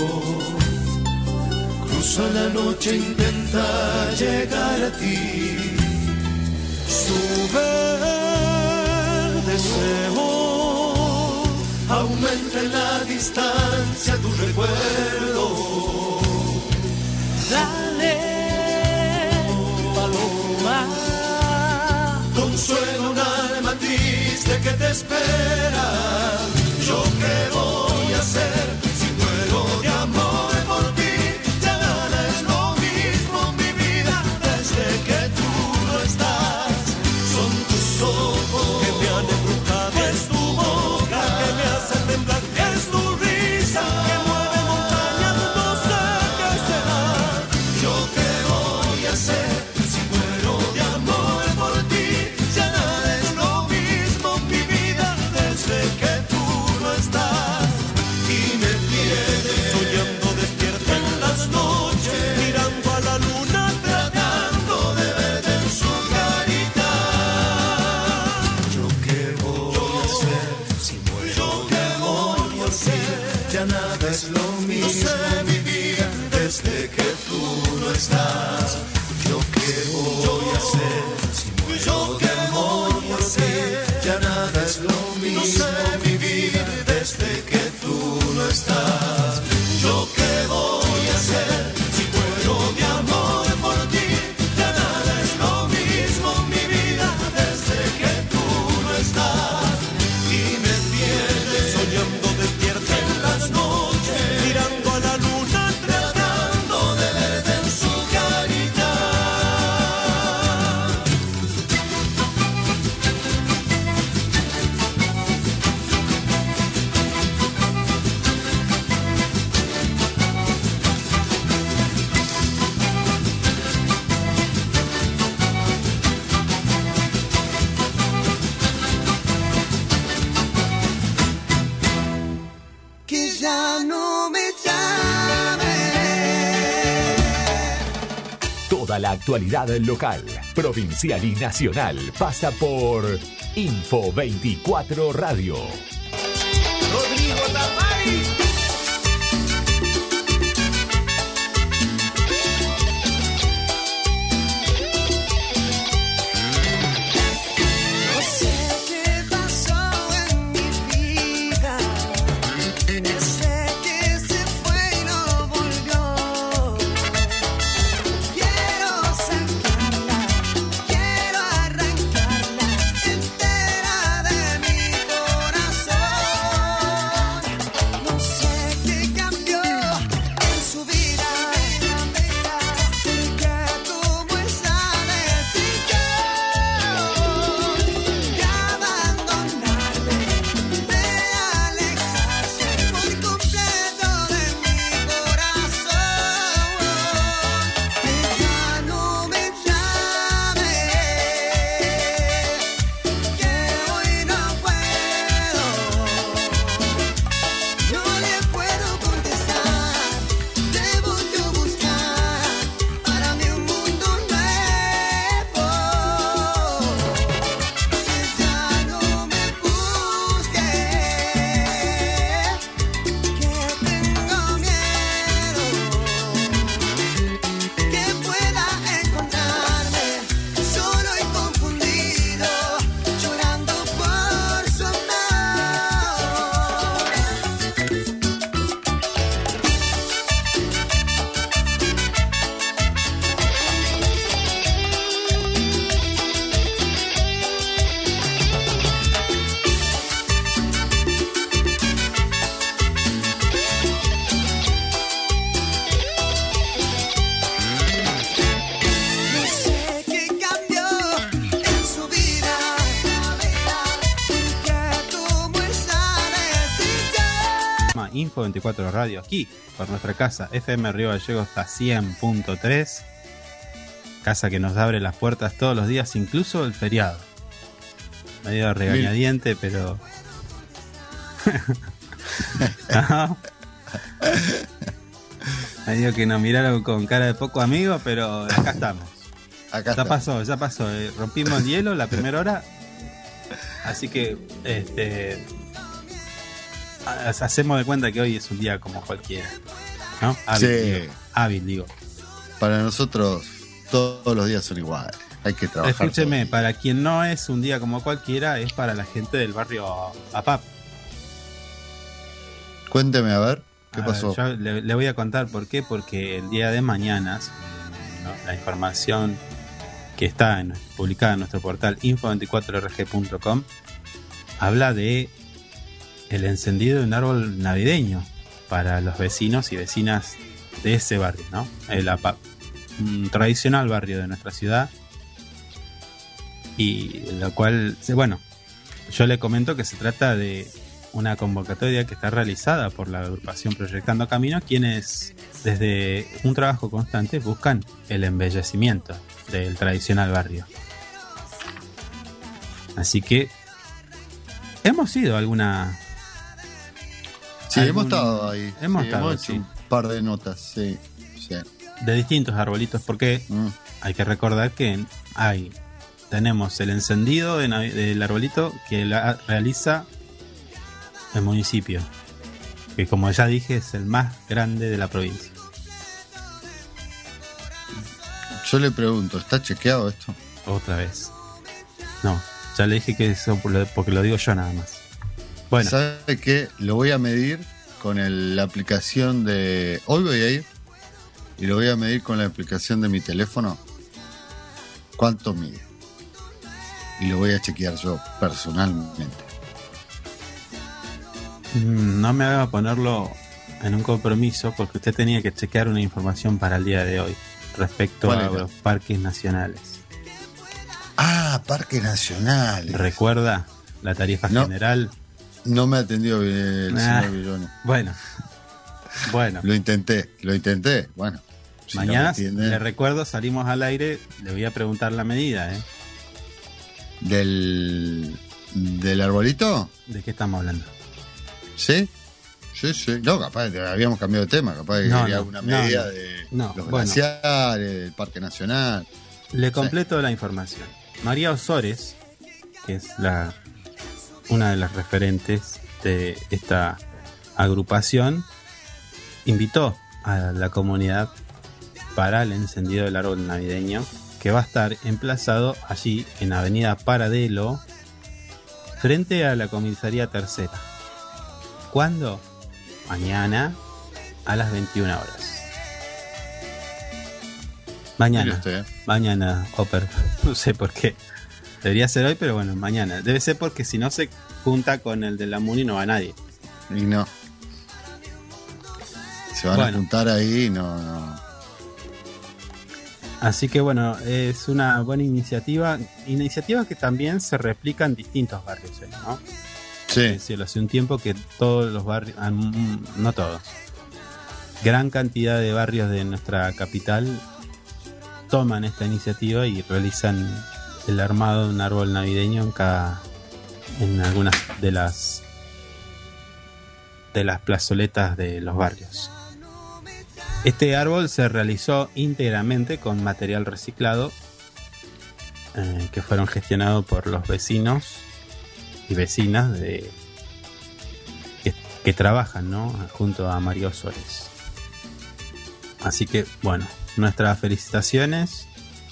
cruza la noche, intenta llegar a ti. Sube el deseo, aumenta en la distancia tu recuerdo. Dale, paloma. Consuelo un alma triste que te espera. Yo qué voy a hacer si muero de amor por ti. Ya nada es lo mismo mi vida desde que tú no estás. Son tus ojos Que me han embrujado, es tu boca que me hace temblar, es tu risa que mueve montañas, no sé qué será. Yo qué voy a hacer si muero de amor por ti. Ya nada es lo mismo mi vida desde que tú no estás. Y me tienes Soñando despierta en las noches, mirando a la luna, tratando de verte en su carita. Yo qué voy a hacer si muero. Yo qué voy a hacer. Ya nada es lo mismo. No sé mi vida desde que tú no estás. Yo qué voy a hacer si muero. Yo qué voy a hacer. Ya nada es lo mismo. No sé mi vida desde que tú no estás. Yo qué voy a hacer si muero de amor por ti. Ya nada es lo mismo mi vida desde que tú no estás. Y me tienes soñando despierta en las noches, mirando a la luna, tratando de verte en su carita. Que ya no me llame. Toda la actualidad local, provincial y nacional pasa por Info veinticuatro Radio. Rodrigo Tapari. No sé qué pasó en mi vida. Desde que se fue y no volvió. Quiero sacarla, quiero arrancarla entera de mi corazón. No sé qué cambió en su vida. Que tomó esa decisión de abandonarme, de alejarse por completo de mi corazón. Que ya no me llame, que hoy no puedo, no le puedo contestar. Debo yo buscar para mí un mundo nuevo. Que ya no me busque, que tengo miedo, que pueda encontrarme solo y confundido, llorando por su amor. No sé qué cambió en su vida, que tomó esa decisión. Info veinticuatro Radio, aquí por nuestra casa F M Río Gallegos a cien punto tres, casa que nos abre las puertas todos los días, incluso el feriado. Medio regañadiente, pero no. Medio que nos miraron con cara de poco amigo, pero acá estamos. Acá Ya está. pasó, ya pasó. eh, Rompimos el hielo la primera hora. Así que este ha- hacemos de cuenta que hoy es un día como cualquiera, ¿no? Hábil, Sí. digo. Hábil, digo. Para nosotros todos los días son iguales. Hay que trabajar. Escúcheme, todo. para quien no es un día como cualquiera, es para la gente del barrio A P A P. Cuénteme, a ver. ¿Qué A pasó? ver, yo le, le voy a contar por qué, porque el día de mañana, ¿no? La información que está en, publicada en nuestro portal info veinticuatro r g punto com habla de el encendido de un árbol navideño para los vecinos y vecinas de ese barrio, ¿no? El apa- un tradicional barrio de nuestra ciudad, y lo cual, bueno, yo le comento que se trata de una convocatoria que está realizada por la agrupación Proyectando Camino, quienes desde un trabajo constante buscan el embellecimiento del tradicional barrio. Así que hemos ido a alguna... Sí, algún- hemos estado ahí. Hemos Sí, estado, hecho sí. un par de notas, sí. sí. de distintos arbolitos, porque Mm. hay que recordar que hay tenemos el encendido de navi- del arbolito que la realiza el municipio, que como ya dije es el más grande de la provincia. Yo le pregunto, ¿está chequeado esto? Otra vez. No, ya le dije que eso por lo- porque lo digo yo nada más. Bueno, ¿Sabe qué? Lo voy a medir con el- la aplicación de... Hoy voy a ir y lo voy a medir con la aplicación de mi teléfono. ¿Cuánto mide? Y lo voy a chequear yo personalmente. mm, no me haga ponerlo en un compromiso, porque usted tenía que chequear una información para el día de hoy respecto ¿Cuál a era? los parques nacionales. Ah, Parque Nacional. ¿Recuerda la tarifa No. general? No me atendió bien el Ah. señor Villone. Bueno, bueno. Lo intenté, lo intenté. Bueno, si no me Mañana, atiende- le recuerdo, salimos al aire, le voy a preguntar la medida, ¿eh? del, del arbolito. ¿De qué estamos hablando? ¿Sí? Sí, sí. No, capaz que habíamos cambiado de tema. Capaz que No, quería no, alguna no, medida no. de No, los bueno. glaciares, del Parque Nacional. Le completo la información. María Osores, que es la una de las referentes de esta agrupación, invitó a la comunidad para el encendido del árbol navideño, que va a estar emplazado allí en Avenida Paradelo, frente a la comisaría tercera. ¿Cuándo? Mañana a las veintiuna horas. Mire Mañana. usted, ¿eh? Mañana, Hopper. No sé por qué. Debería ser hoy, pero bueno, mañana. Debe ser porque si no se junta con el de la Muni no va nadie. Y no. Se van Bueno. a juntar ahí y no, no. Así que bueno, es una buena iniciativa. Iniciativa que también se replica en distintos barrios, ¿eh? ¿no? Es Sí, decir, hace un tiempo que todos los barrios, ah, mm, no todos, gran cantidad de barrios de nuestra capital toman esta iniciativa y realizan el armado de un árbol navideño en cada, en algunas de las de las plazoletas de los barrios. Este árbol se realizó íntegramente con material reciclado, eh, que fueron gestionados por los vecinos y vecinas de que, que trabajan, ¿no? junto a María Osores. Así que bueno, nuestras felicitaciones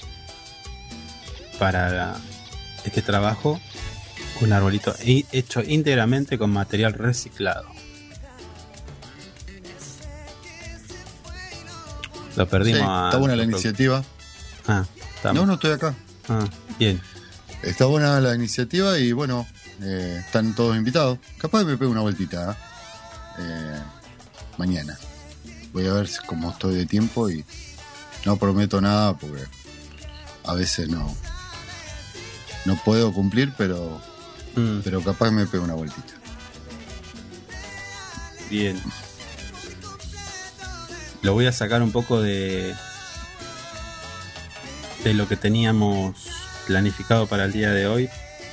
para este trabajo, un arbolito i- hecho íntegramente con material reciclado. Lo sí, perdimos a está buena la nuestro- iniciativa. Ah, está- No, no estoy acá. ah, bien. Está buena la iniciativa y bueno, eh, están todos invitados. Capaz me pego una vueltita, ¿eh? Eh, mañana. Voy a ver si- cómo estoy de tiempo y no prometo nada porque a veces no no puedo cumplir, pero Mm, pero capaz me pego una vueltita. bien. Lo voy a sacar un poco de de lo que teníamos planificado para el día de hoy,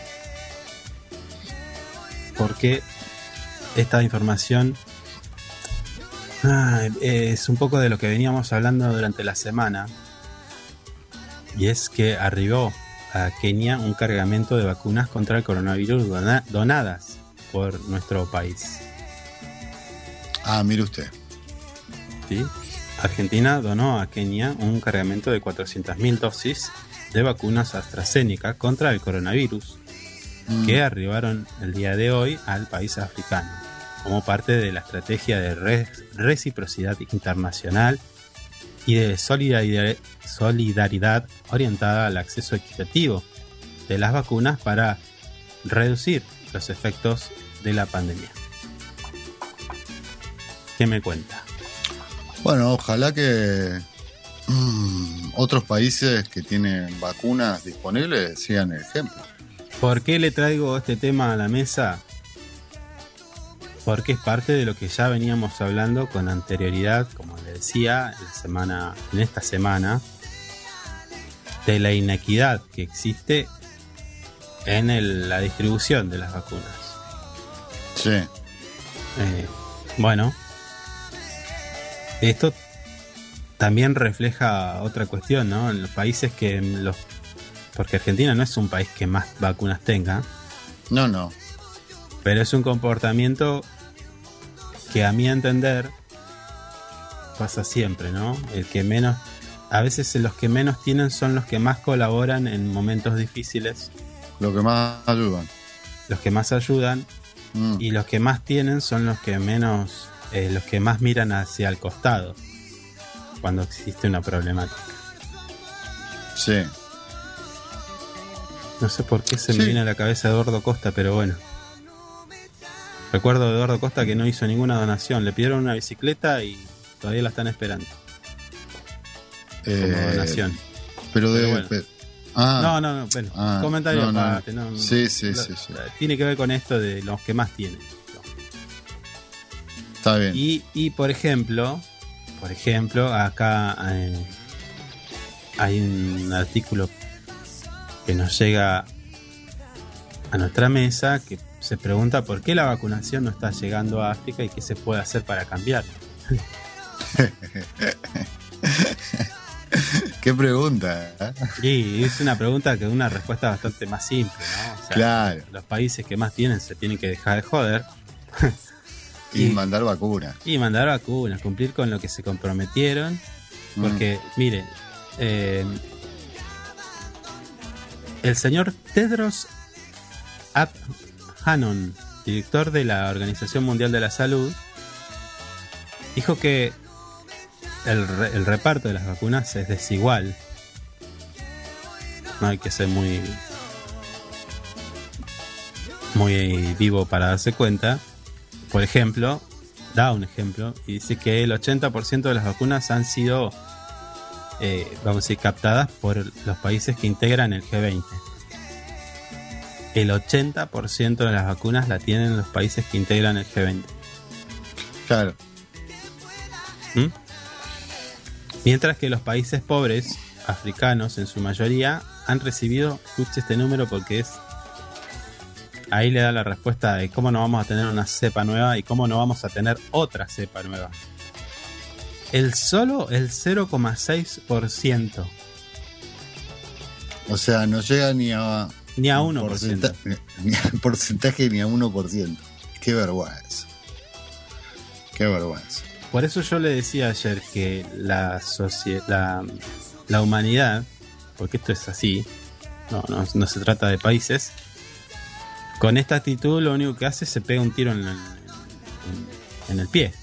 porque esta información ah, es un poco de lo que veníamos hablando durante la semana, y es que arribó a Kenia un cargamento de vacunas contra el coronavirus dona- donadas por nuestro país. Ah, mire usted. ¿Sí? Argentina donó a Kenia un cargamento de cuatrocientas mil dosis de vacunas AstraZeneca contra el coronavirus, Mm, que arribaron el día de hoy al país africano. como parte de la estrategia de re- reciprocidad internacional y de solidaridad, solidaridad orientada al acceso equitativo de las vacunas para reducir los efectos de la pandemia. ¿Qué me cuenta? Bueno, ojalá que mm, otros países que tienen vacunas disponibles sigan el ejemplo. ¿Por qué le traigo este tema a la mesa? Porque es parte de lo que ya veníamos hablando con anterioridad, como le decía, en, la semana, en esta semana, de la inequidad que existe en el- la distribución de las vacunas. Sí. Eh, bueno, esto también refleja otra cuestión, ¿no? En los países que los... Porque Argentina no es un país que más vacunas tenga, No, no. pero es un comportamiento que a mi entender pasa siempre, ¿no? El que menos... A veces los que menos tienen son los que más colaboran en momentos difíciles, Lo que más ayudan. los que más ayudan, Mm, y los que más tienen son los que menos, eh, los que más miran hacia el costado cuando existe una problemática. sí. No sé por qué se Sí. me viene a la cabeza Eduardo Costa, pero bueno. Recuerdo a Eduardo Costa que no hizo ninguna donación. Le pidieron una bicicleta y todavía la están esperando como Eh, donación. Pero de. Pero bueno. pe- ah, No, no, no. Bueno, ah, comentario no, no, no. aparte. No, no, Sí, sí, Lo- sí, sí. Tiene que ver con esto de los que más tienen. está bien. Y, y por ejemplo, por ejemplo, acá eh, hay un artículo que nos llega a nuestra mesa que se pregunta por qué la vacunación no está llegando a África y qué se puede hacer para cambiarlo. Qué pregunta. ¿eh? Y es una pregunta que una respuesta bastante más simple, ¿no? O sea, Claro. los países que más tienen se tienen que dejar de joder Y Y- mandar vacunas. y mandar vacunas, cumplir con lo que se comprometieron. Porque, mire, eh, el señor Tedros Adhanom, director de la Organización Mundial de la Salud, dijo que el, re- el reparto de las vacunas es desigual. No hay que ser muy muy vivo para darse cuenta. Por ejemplo, da un ejemplo y dice que el ochenta por ciento de las vacunas han sido, eh, vamos a decir, captadas por los países que integran el G veinte. El ochenta por ciento de las vacunas la tienen los países que integran el G veinte. Claro. ¿Mm? Mientras que los países pobres, africanos en su mayoría, han recibido, escuche este número porque es... Ahí le da la respuesta de cómo no vamos a tener una cepa nueva y cómo no vamos a tener otra cepa nueva. El solo el cero coma seis por ciento, O sea, no llega ni a. ni a un uno por ciento. porcenta- Ni a porcentaje ni a uno por ciento. Qué vergüenza. Qué vergüenza. Por eso yo le decía ayer que la, socie- la, la humanidad, porque esto es así, no, no, no se trata de países, con esta actitud lo único que hace es se pega un tiro en el, en, en el pie.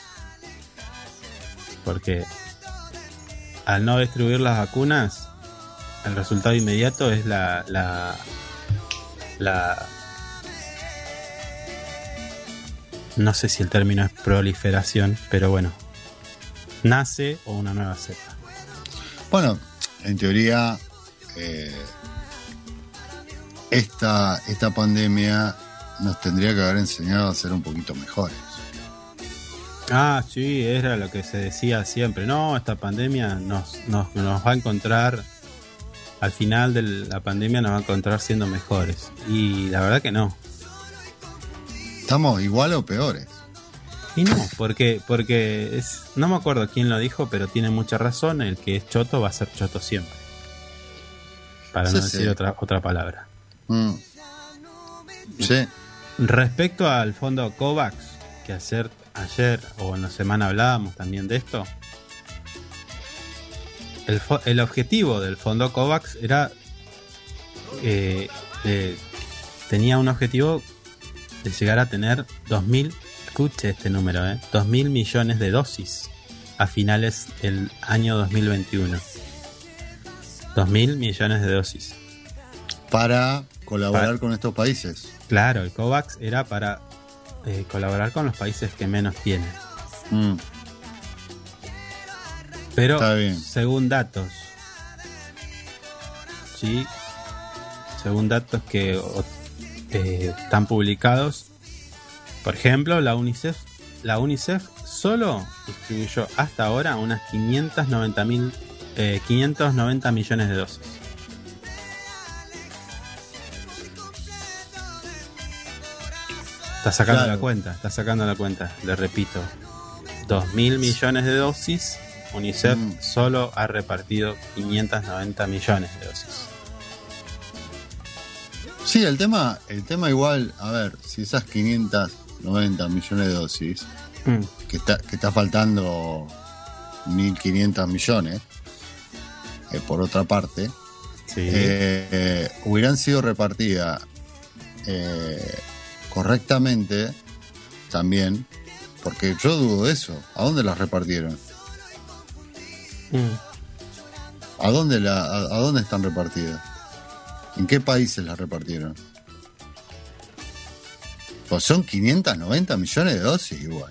Porque al no distribuir las vacunas, el resultado inmediato es la, la, la no sé si el término es proliferación, pero bueno, nace o una nueva cepa. Bueno, en teoría, eh, esta, esta pandemia nos tendría que haber enseñado a ser un poquito mejores. Ah, sí, era lo que se decía siempre. No, esta pandemia nos, nos, nos va a encontrar, al final de la pandemia nos va a encontrar siendo mejores. Y la verdad que no. ¿Estamos igual o peores? Y no, porque, porque es, no me acuerdo quién lo dijo, pero tiene mucha razón. El que es choto va a ser choto siempre. Para Sí, no sí. decir otra, otra palabra. Mm. Sí, Respecto al fondo COVAX, que ayer, ayer o en la semana hablábamos también de esto, el, fo- el objetivo del fondo COVAX era, eh, eh, tenía un objetivo de llegar a tener dos mil Escuche este número, ¿eh? dos mil millones de dosis a finales del año dos mil veintiuno. dos mil millones de dosis. Para colaborar Para- con estos países. Claro, el COVAX era para eh, colaborar con los países que menos tienen. Mm, Pero, Está bien. según datos, sí, según datos que o- eh, están publicados, por ejemplo, la UNICEF, la UNICEF solo distribuyó hasta ahora unas quinientos noventa mil, eh, quinientos noventa millones de dosis. Está sacando Claro. la cuenta, está sacando la cuenta, le repito. dos mil millones de dosis, UNICEF Mm. solo ha repartido quinientos noventa millones de dosis. Sí, el tema, el tema igual, a ver, si esas quinientos noventa millones de dosis, Mm. que está, que está faltando mil quinientos millones, eh, por otra parte, Sí. eh, eh, hubieran sido repartidas eh, correctamente también, porque yo dudo de eso. ¿A dónde las repartieron? Mm. ¿A dónde, la, a, a dónde están repartidas? ¿En qué países las repartieron? Pues son quinientos noventa millones de dosis igual.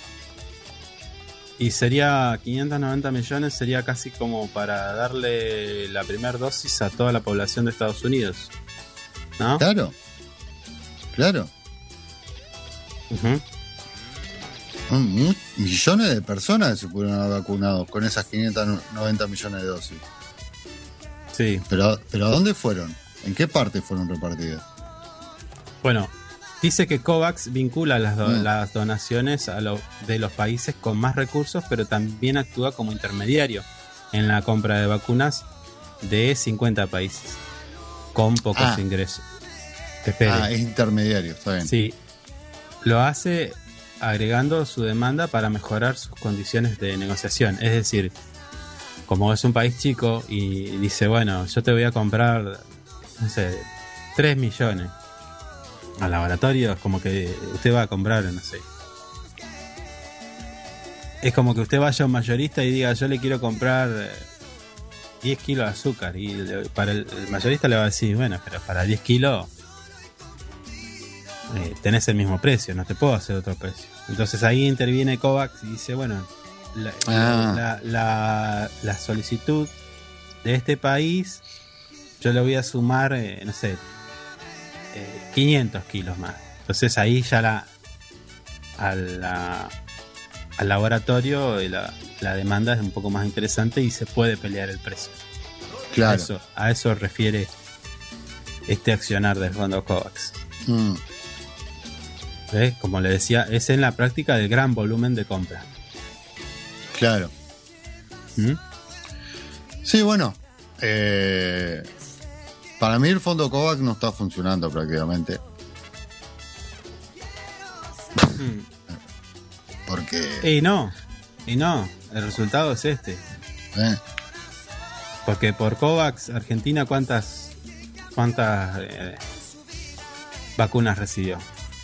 Y sería quinientos noventa millones, sería casi como para darle la primera dosis a toda la población de Estados Unidos. ¿No? Claro, claro. Ujú. Son mu- millones de personas que se pudieron haber vacunado con esas quinientos noventa millones de dosis. Sí. Pero, pero ¿a dónde fueron? ¿En qué parte fueron repartidas? Bueno, dice que COVAX vincula las, do- Mm. las donaciones a lo- de los países con más recursos, pero también actúa como intermediario en la compra de vacunas de cincuenta países con pocos Ah. ingresos. Te espere. Ah, es intermediario, está bien. Sí, lo hace agregando su demanda para mejorar sus condiciones de negociación. Es decir, como es un país chico y dice, bueno, yo te voy a comprar, no sé, tres millones. Al laboratorio es como que usted va a comprar, no sé. Es como que usted vaya a un mayorista y diga, yo le quiero comprar eh, diez kilos de azúcar. Y le- para el, el mayorista le va a decir, bueno, pero para diez kilos eh, tenés el mismo precio, no te puedo hacer otro precio. Entonces ahí interviene COVAX y dice, bueno, la, Ah. la, la- la solicitud de este país, yo le voy a sumar, eh, no sé, eh, quinientos kilos más. Entonces ahí ya la, a la- al laboratorio eh, la, la demanda es un poco más interesante y se puede pelear el precio. A Claro. eso, a eso refiere este accionar del fondo COVAX. Mm, ¿Ves? Como le decía, es en la práctica del gran volumen de compra. claro. ¿Mm? Sí, bueno. eh, para mí el fondo COVAX no está funcionando prácticamente. Mm. Porque... Y no, y no, el resultado es este. eh, Porque por COVAX, Argentina, ¿cuántas, cuántas eh, vacunas recibió?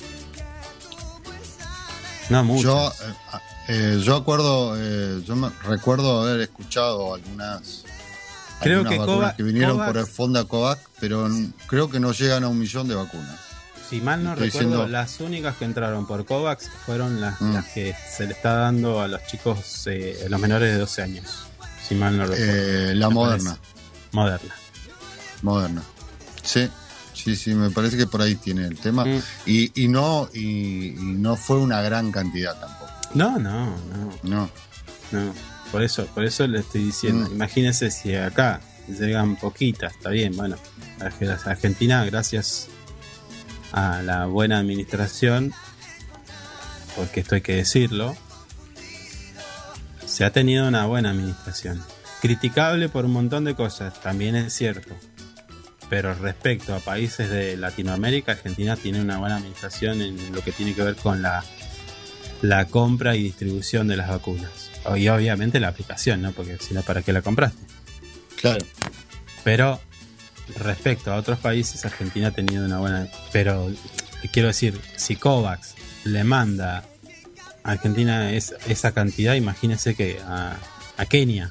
No muchas. yo, eh, eh, yo acuerdo, eh, yo me recuerdo haber escuchado algunas, Creo algunas que vacunas Cova- que vinieron Covax- por el fondo COVAX, pero n- creo que no llegan a un millón de vacunas. Si mal no Estoy recuerdo, diciendo- las únicas que entraron por COVAX fueron las, Mm. las que se le está dando a los chicos, eh, los menores de doce años. Si mal no recuerdo. Eh, la Me Moderna, parece. Moderna. Moderna. Sí, sí, sí, me parece que por ahí tiene el tema. Mm. Y, y no y, y no fue una gran cantidad tampoco. No, no, no, No. no. Por eso, por eso le estoy diciendo. Mm. Imagínense si acá llegan poquitas, está bien, bueno. Argentina, gracias a la buena administración, porque esto hay que decirlo, se ha tenido una buena administración. Criticable por un montón de cosas, también es cierto. Pero respecto a países de Latinoamérica, Argentina tiene una buena administración en lo que tiene que ver con la, la compra y distribución de las vacunas. Y obviamente la aplicación, ¿no? Porque si no, ¿para qué la compraste? Claro. Pero respecto a otros países, Argentina ha tenido una buena... Pero quiero decir, si COVAX le manda Argentina es esa cantidad, imagínense que a, a Kenia.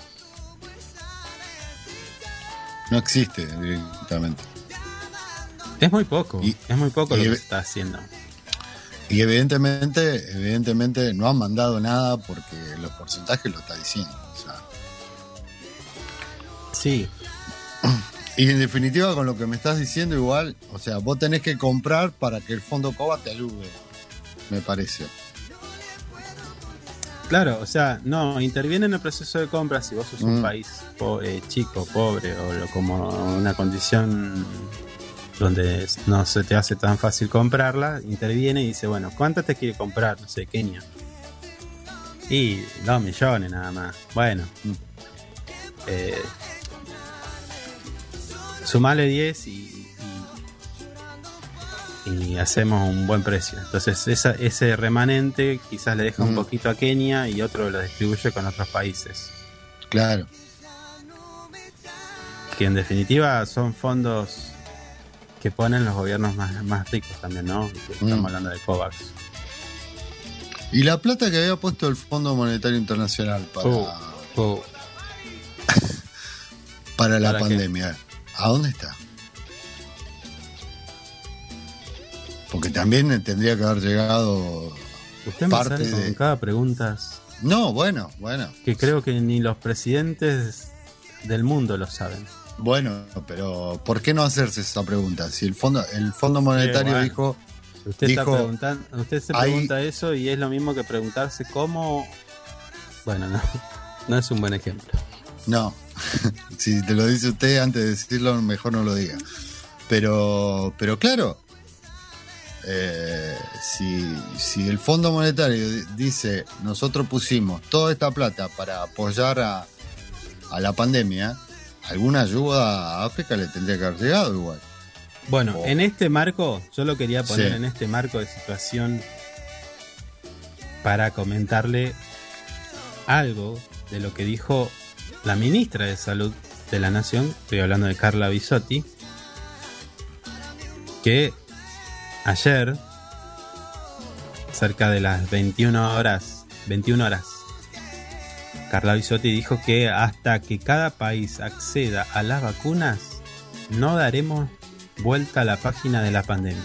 No existe directamente. Es muy poco, Y- es muy poco y lo que ev- se está haciendo. Y evidentemente, evidentemente no han mandado nada porque los porcentajes lo está diciendo. O sea, Sí, y en definitiva, con lo que me estás diciendo, igual, o sea, vos tenés que comprar para que el fondo COBA te ayude, me parece. claro, o sea, no, interviene en el proceso de compra si vos sos un Mm. país po- eh, chico, pobre o lo- como una condición donde no se te hace tan fácil comprarla, interviene y dice, bueno, ¿cuánto te quiere comprar? No sé, Kenia. Y dos millones nada más. Bueno. Mm. Eh, sumale diez y, y, y hacemos un buen precio. Entonces esa, ese remanente quizás le deja un Mm. poquito a Kenia y otro lo distribuye con otros países. Claro. Que en definitiva son fondos que ponen los gobiernos más, más ricos también, ¿no? Que estamos Mm. hablando de COVAX. Y la plata que había puesto el Fondo Monetario Internacional para, Uh, uh, para la ¿para qué? pandemia, ¿a dónde está? Porque también tendría que haber llegado. Usted me Parte sale con de- cada pregunta No, bueno, bueno. que creo que ni los presidentes del mundo lo saben. Bueno, pero ¿por qué no hacerse esa pregunta? Si el fondo, el Fondo Monetario bueno. dijo, Usted está Dijo, preguntando, usted se hay- pregunta eso y es lo mismo que preguntarse cómo. Bueno, no, no es un buen ejemplo. no, si te lo dice usted antes de decirlo, mejor no lo diga. Pero, pero claro, eh, si, si el Fondo Monetario di- dice, nosotros pusimos toda esta plata para apoyar a, a la pandemia, alguna ayuda a África le tendría que haber llegado igual. Bueno, Oh. en este marco, yo lo quería poner Sí. en este marco de situación para comentarle algo de lo que dijo la ministra de Salud de la Nación, estoy hablando de Carla Bisotti, que ayer, cerca de las veintiuna horas, veintiuna horas, Carla Bisotti dijo que hasta que cada país acceda a las vacunas, no daremos vuelta a la página de la pandemia.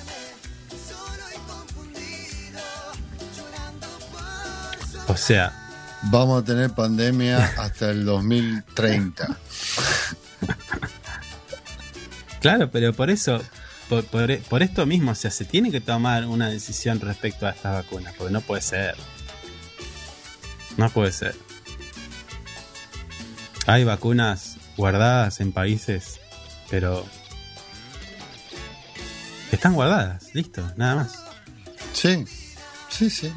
O sea, Vamos a tener pandemia hasta el dos mil treinta. claro, pero por eso, por, por- por esto mismo, o sea, se tiene que tomar una decisión respecto a estas vacunas, porque no puede ser. No puede ser. Hay vacunas guardadas en países, pero están guardadas, listo, nada más. Sí, sí, sí.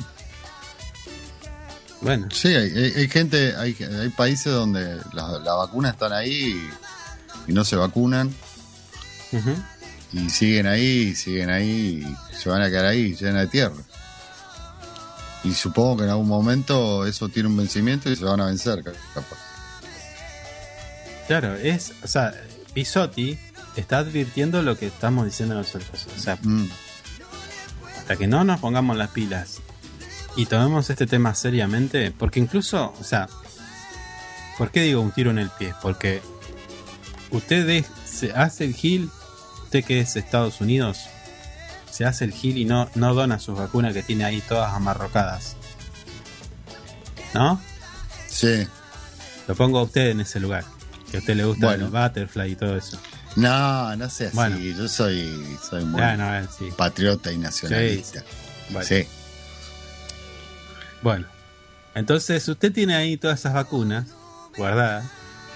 Bueno, Sí, hay, hay- hay gente, hay, hay países donde las la vacunas están ahí y, y no se vacunan ujú. y siguen ahí, y siguen ahí y se van a quedar ahí llena de tierra. Y supongo que en algún momento eso tiene un vencimiento y se van a vencer, capaz. Claro, es, o sea, Bisotti está advirtiendo lo que estamos diciendo nosotros. O sea, Mm, hasta que no nos pongamos las pilas y tomemos este tema seriamente, porque incluso, o sea, ¿por qué digo un tiro en el pie? Porque usted es- se hace el gil, usted que es Estados Unidos, se hace el gil y no, no dona sus vacunas que tiene ahí todas amarrocadas. ¿No? sí. Lo pongo a usted en ese lugar, que a usted le gusta Bueno. el butterfly y todo eso. No, no sé así. Bueno. Yo soy, soy muy Ya, no, eh, sí. patriota y nacionalista. Bueno. Sí. Bueno, entonces usted tiene ahí todas esas vacunas guardadas.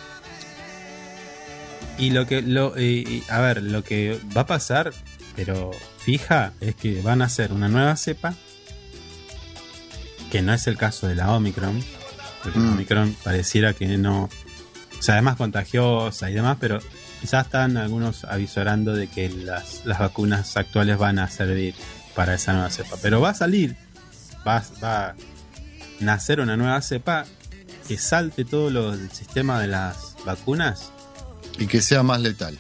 Y lo que, lo, y- y, a ver, lo que va a pasar, pero fija, es que van a hacer una nueva cepa, que no es el caso de la Omicron, porque la Mm. Omicron pareciera que no, o sea, es más contagiosa y demás, pero ya están algunos avisorando de que las, las vacunas actuales van a servir para esa nueva cepa. Pero va a salir, va, va a nacer una nueva cepa que salte todo lo, el sistema de las vacunas. Y que sea más letal.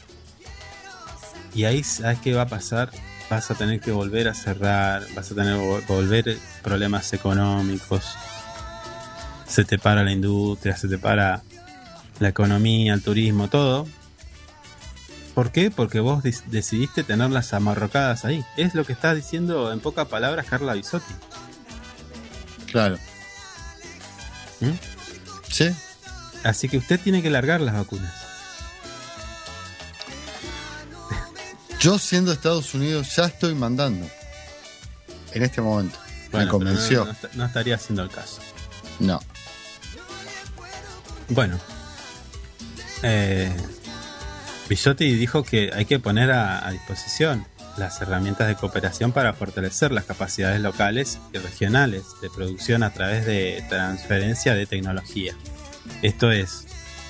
Y ahí, ¿sabes qué va a pasar? Vas a tener que volver a cerrar, vas a tener que vol- volver problemas económicos, se te para la industria, se te para la economía, el turismo, todo. ¿Por qué? Porque vos de- decidiste tenerlas amarrocadas ahí. Es lo que está diciendo en pocas palabras Carla Bisotti. Claro. ¿Mm? Sí. Así que usted tiene que largar las vacunas. Yo siendo Estados Unidos ya estoy mandando. En este momento. Bueno, Me convenció. pero No, no est- no estaría haciendo el caso. No. Bueno. Eh, Bisotti dijo que hay que poner a, a disposición las herramientas de cooperación para fortalecer las capacidades locales y regionales de producción a través de transferencia de tecnología. Esto es...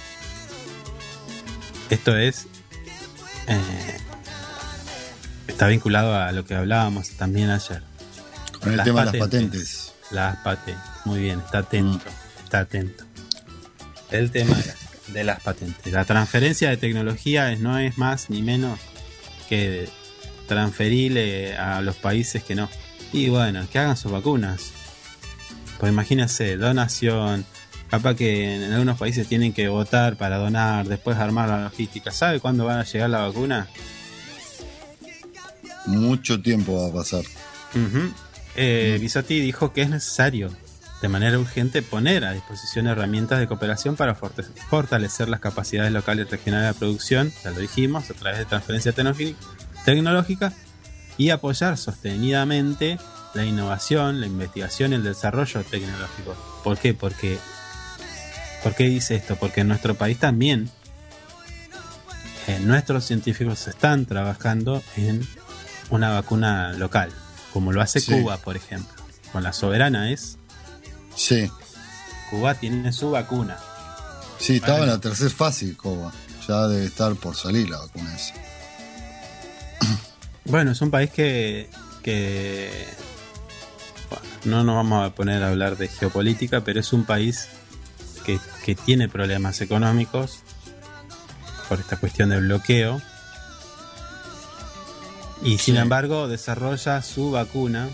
Esto es... eh, está vinculado a lo que hablábamos también ayer. Con el Las tema de las patentes. patentes. Las patentes. Muy bien, está atento. Está atento. El tema de, de las patentes. La transferencia de tecnología es- no es más ni menos que transferirle a los países que no. Y bueno, que hagan sus vacunas. Pues imagínense, donación. Capaz que en algunos países tienen que votar para donar, después armar la logística. ¿Sabe cuándo va a llegar la vacuna? Mucho tiempo va a pasar. Ujú. Eh, Bisotti dijo que es necesario de manera urgente poner a disposición herramientas de cooperación para forte- fortalecer las capacidades locales y regionales de producción, ya lo dijimos, a través de transferencia tecnológi- tecnológica y apoyar sostenidamente la innovación, la investigación y el desarrollo tecnológico. ¿Por qué? Porque, ¿por qué dice esto? Porque en nuestro país también eh, nuestros científicos están trabajando en una vacuna local, como lo hace Sí. Cuba, por ejemplo. Con la Soberana es, Sí. Cuba tiene su vacuna. Sí, estaba Vale. en la tercera fase, Coba. Ya debe estar por salir la vacuna esa. Bueno, es un país que, que bueno, no nos vamos a poner a hablar de geopolítica, pero es un país que, que tiene problemas económicos por esta cuestión del bloqueo. Y sin Sí. embargo desarrolla su vacuna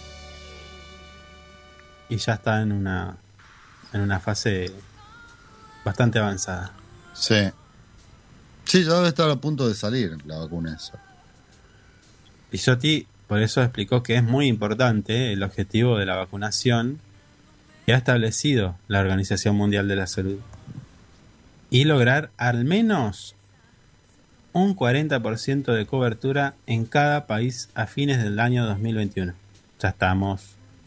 y ya está en una en una fase bastante avanzada. Sí. Sí, ya debe estar a punto de salir la vacuna esa. Bisotti por eso explicó que es muy importante el objetivo de la vacunación que ha establecido la Organización Mundial de la Salud y lograr al menos un cuarenta por ciento de cobertura en cada país a fines del año dos mil veintiuno. Ya estamos.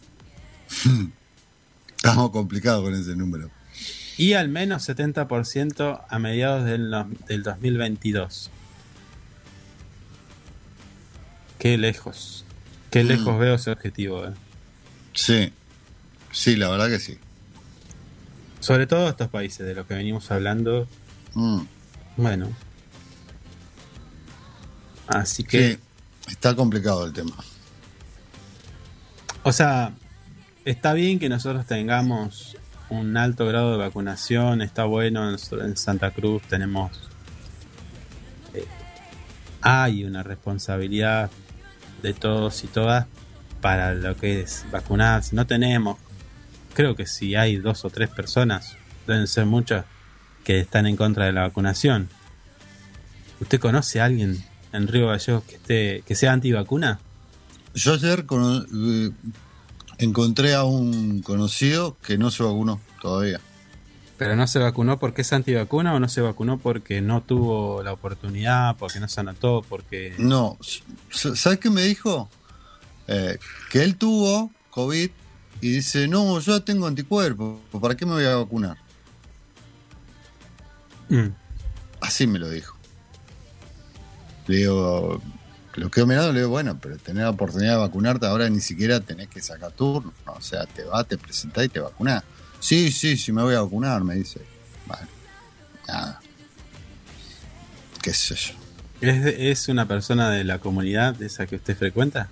Estamos complicados con ese número. Y al menos setenta por ciento a mediados del, no- del dos mil veintidós. Qué lejos. Qué Mm. lejos veo ese objetivo. eh. Sí. Sí, la verdad que sí. Sobre todo estos países de los que venimos hablando. Mm. Bueno. Así que, Sí. Está complicado el tema. o sea, está bien que nosotros tengamos un alto grado de vacunación, está bueno, nosotros en Santa Cruz tenemos, eh, hay una responsabilidad de todos y todas para lo que es vacunarse. No tenemos, creo que si hay dos o tres personas, deben ser muchas, que están en contra de la vacunación. ¿Usted conoce a alguien en Río Gallegos que esté que sea antivacuna? Yo ayer cono- eh, encontré a un conocido que no se vacunó todavía. ¿Pero no se vacunó porque es antivacuna o no se vacunó porque no tuvo la oportunidad, porque no se anotó, porque... No, s- ¿sabes qué me dijo? Eh, que él tuvo COVID y dice, no, yo tengo anticuerpos, ¿para qué me voy a vacunar? Mm. Así me lo dijo. Le digo, lo quedo mirando, le digo, bueno, pero tener la oportunidad de vacunarte ahora ni siquiera tenés que sacar turno. ¿No? O sea, te vas, te presentás y te vacunás. Sí, sí, sí, me voy a vacunar, me dice. Bueno, nada. Qué sé yo. ¿Es, ¿Es una persona de la comunidad de esa que usted frecuenta?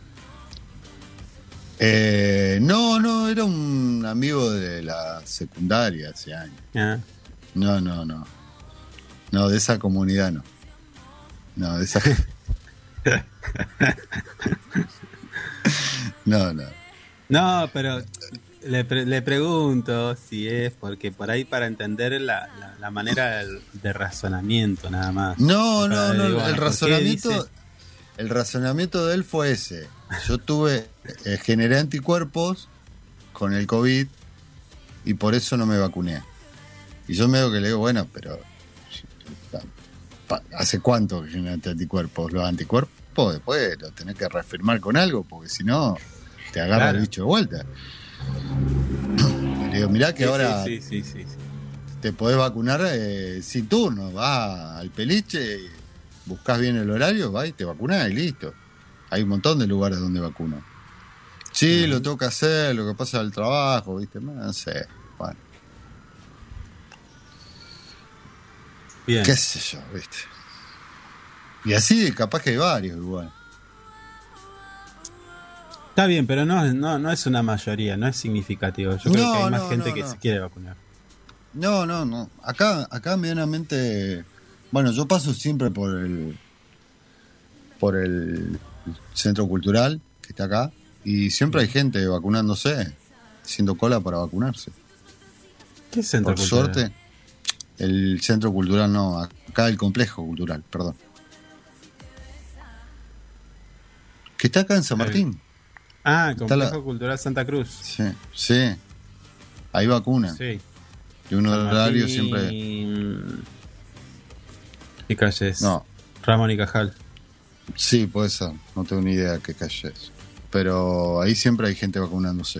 Eh, no, no, era un amigo de la secundaria hace años. Ah, No, no, no. No, de esa comunidad no. No, de esa. No, no. no, pero le, pre- le pregunto si es porque por ahí para entender la, la, la manera de, de razonamiento nada más. No, Para- no, no, digo, el ¿por qué razonamiento, dice? el razonamiento de él fue ese. Yo tuve, eh, generé anticuerpos con el COVID y por eso no me vacuné. Y yo me digo que le digo, bueno, pero pa- ¿hace cuánto que generaste anticuerpos? Los anticuerpos después los tenés que reafirmar con algo, porque si no te agarra Claro. el bicho de vuelta. Le digo, mirá que Sí, ahora sí, sí, sí, sí. te podés vacunar eh, sin turno, vas al peliche, buscás bien el horario, vas y te vacunás y listo. Hay un montón de lugares donde vacunan. Sí, Ujú. lo tengo que hacer, lo que pasa al trabajo, ¿viste? No sé, bueno, Bien. qué sé yo, ¿viste? Y así capaz que hay varios igual. Está bien, pero no, no, no es una mayoría, no es significativo. Yo creo No, que hay más no, gente no, que no. se quiere vacunar. No, no, no. Acá, acá medianamente. Bueno, yo paso siempre por el. por el centro cultural que está acá. Y siempre hay gente vacunándose, haciendo cola para vacunarse. ¿Qué centro Por cultural? suerte, el centro cultural no, acá el complejo cultural, perdón. Que está acá en San Martín. Ah, Está Complejo la- Cultural Santa Cruz. Sí, sí. Ahí vacunan. Sí. Y un San horario Martín siempre. y- ¿Qué calle es? No, Ramón y Cajal. sí, puede ser. No tengo ni idea qué calle es. Pero ahí siempre hay gente vacunándose.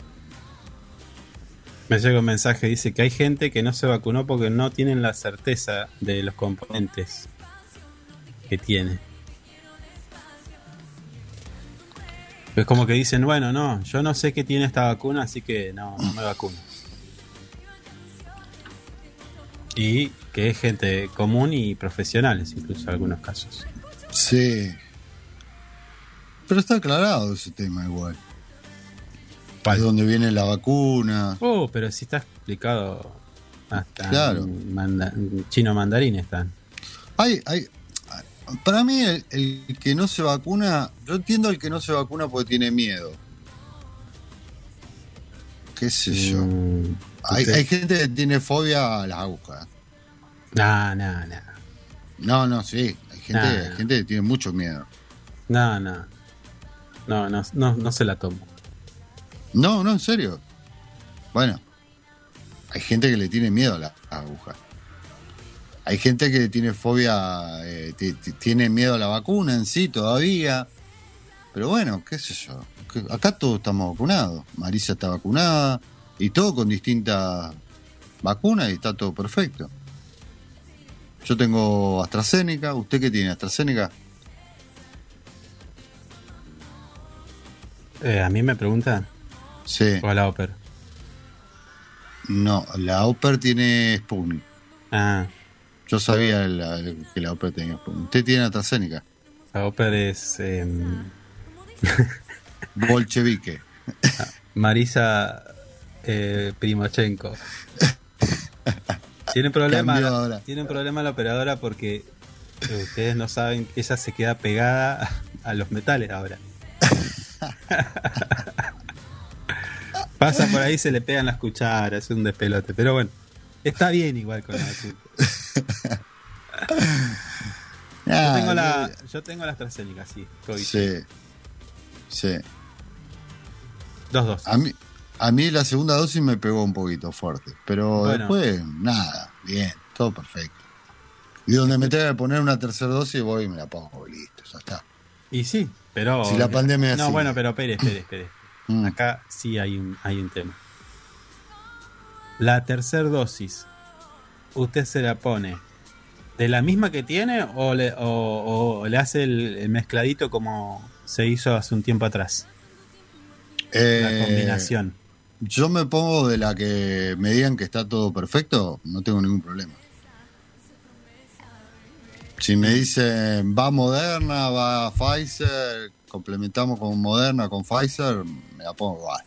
Me llega un mensaje, dice que hay gente que no se vacunó porque no tienen la certeza de los componentes que tiene. Es como que dicen, bueno, no, yo no sé qué tiene esta vacuna, así que no, no me vacuno. Y que es gente común y profesionales, incluso en algunos casos. Sí. Pero está aclarado ese tema igual. ¿Cuál? De dónde viene la vacuna. Oh, pero si está explicado hasta Claro. en manda- en chino mandarín están. Hay, hay, para mí el, el que no se vacuna, yo entiendo el que no se vacuna porque tiene miedo. ¿Qué sé yo? Mm, Hay, usted- hay gente que tiene fobia a las agujas. No, no, no. No, no, sí. Hay gente, Nah, hay no. gente que tiene mucho miedo. No, no. No, no, no, no se la tomo. No, no, en serio. Bueno, hay gente que le tiene miedo a la aguja. Hay gente que tiene fobia, eh, ti- ti- tiene miedo a la vacuna en sí todavía. Pero bueno, qué sé yo. que Acá todos estamos vacunados. Marisa está vacunada y todo con distintas vacunas y está todo perfecto. Yo tengo AstraZeneca. ¿Usted qué tiene? ¿AstraZeneca? Eh, a mí me preguntan, Sí. o a la ópera. No, la Oper tiene Sputnik. Ah, Yo sabía la- que la Oper tenía Sputnik. ¿Usted tiene AstraZeneca? la ópera es em, Bolchevique. Marisa eh, Primochenko. Tiene problema, Cambió ahora. tiene un problema la operadora porque eh, ustedes no saben que ella se queda pegada a los metales ahora. Pasa por ahí, se le pegan las cucharas, es un despelote. Pero bueno, está bien igual con la vacuna. Yo Ah, tengo la, yo tengo la AstraZeneca, sí, COVID. Sí. Sí. Dos, dos. A mí, a mí la segunda dosis me pegó un poquito fuerte. Pero Bueno. después, nada. Bien, todo perfecto. Y donde me tenga que poner una tercera dosis, voy y me la pongo y listo, ya está. Y sí, pero... Si la pandemia No, sigue. bueno, pero espere, espere, espere. Mm. Acá sí hay un, hay un tema. La tercera dosis, ¿usted se la pone de la misma que tiene o le, o, o le hace el, el mezcladito como se hizo hace un tiempo atrás? La Eh, combinación. Yo me pongo de la que me digan que está todo perfecto, no tengo ningún problema. Si me dicen va Moderna, va Pfizer, complementamos con Moderna, con Pfizer, me la pongo igual.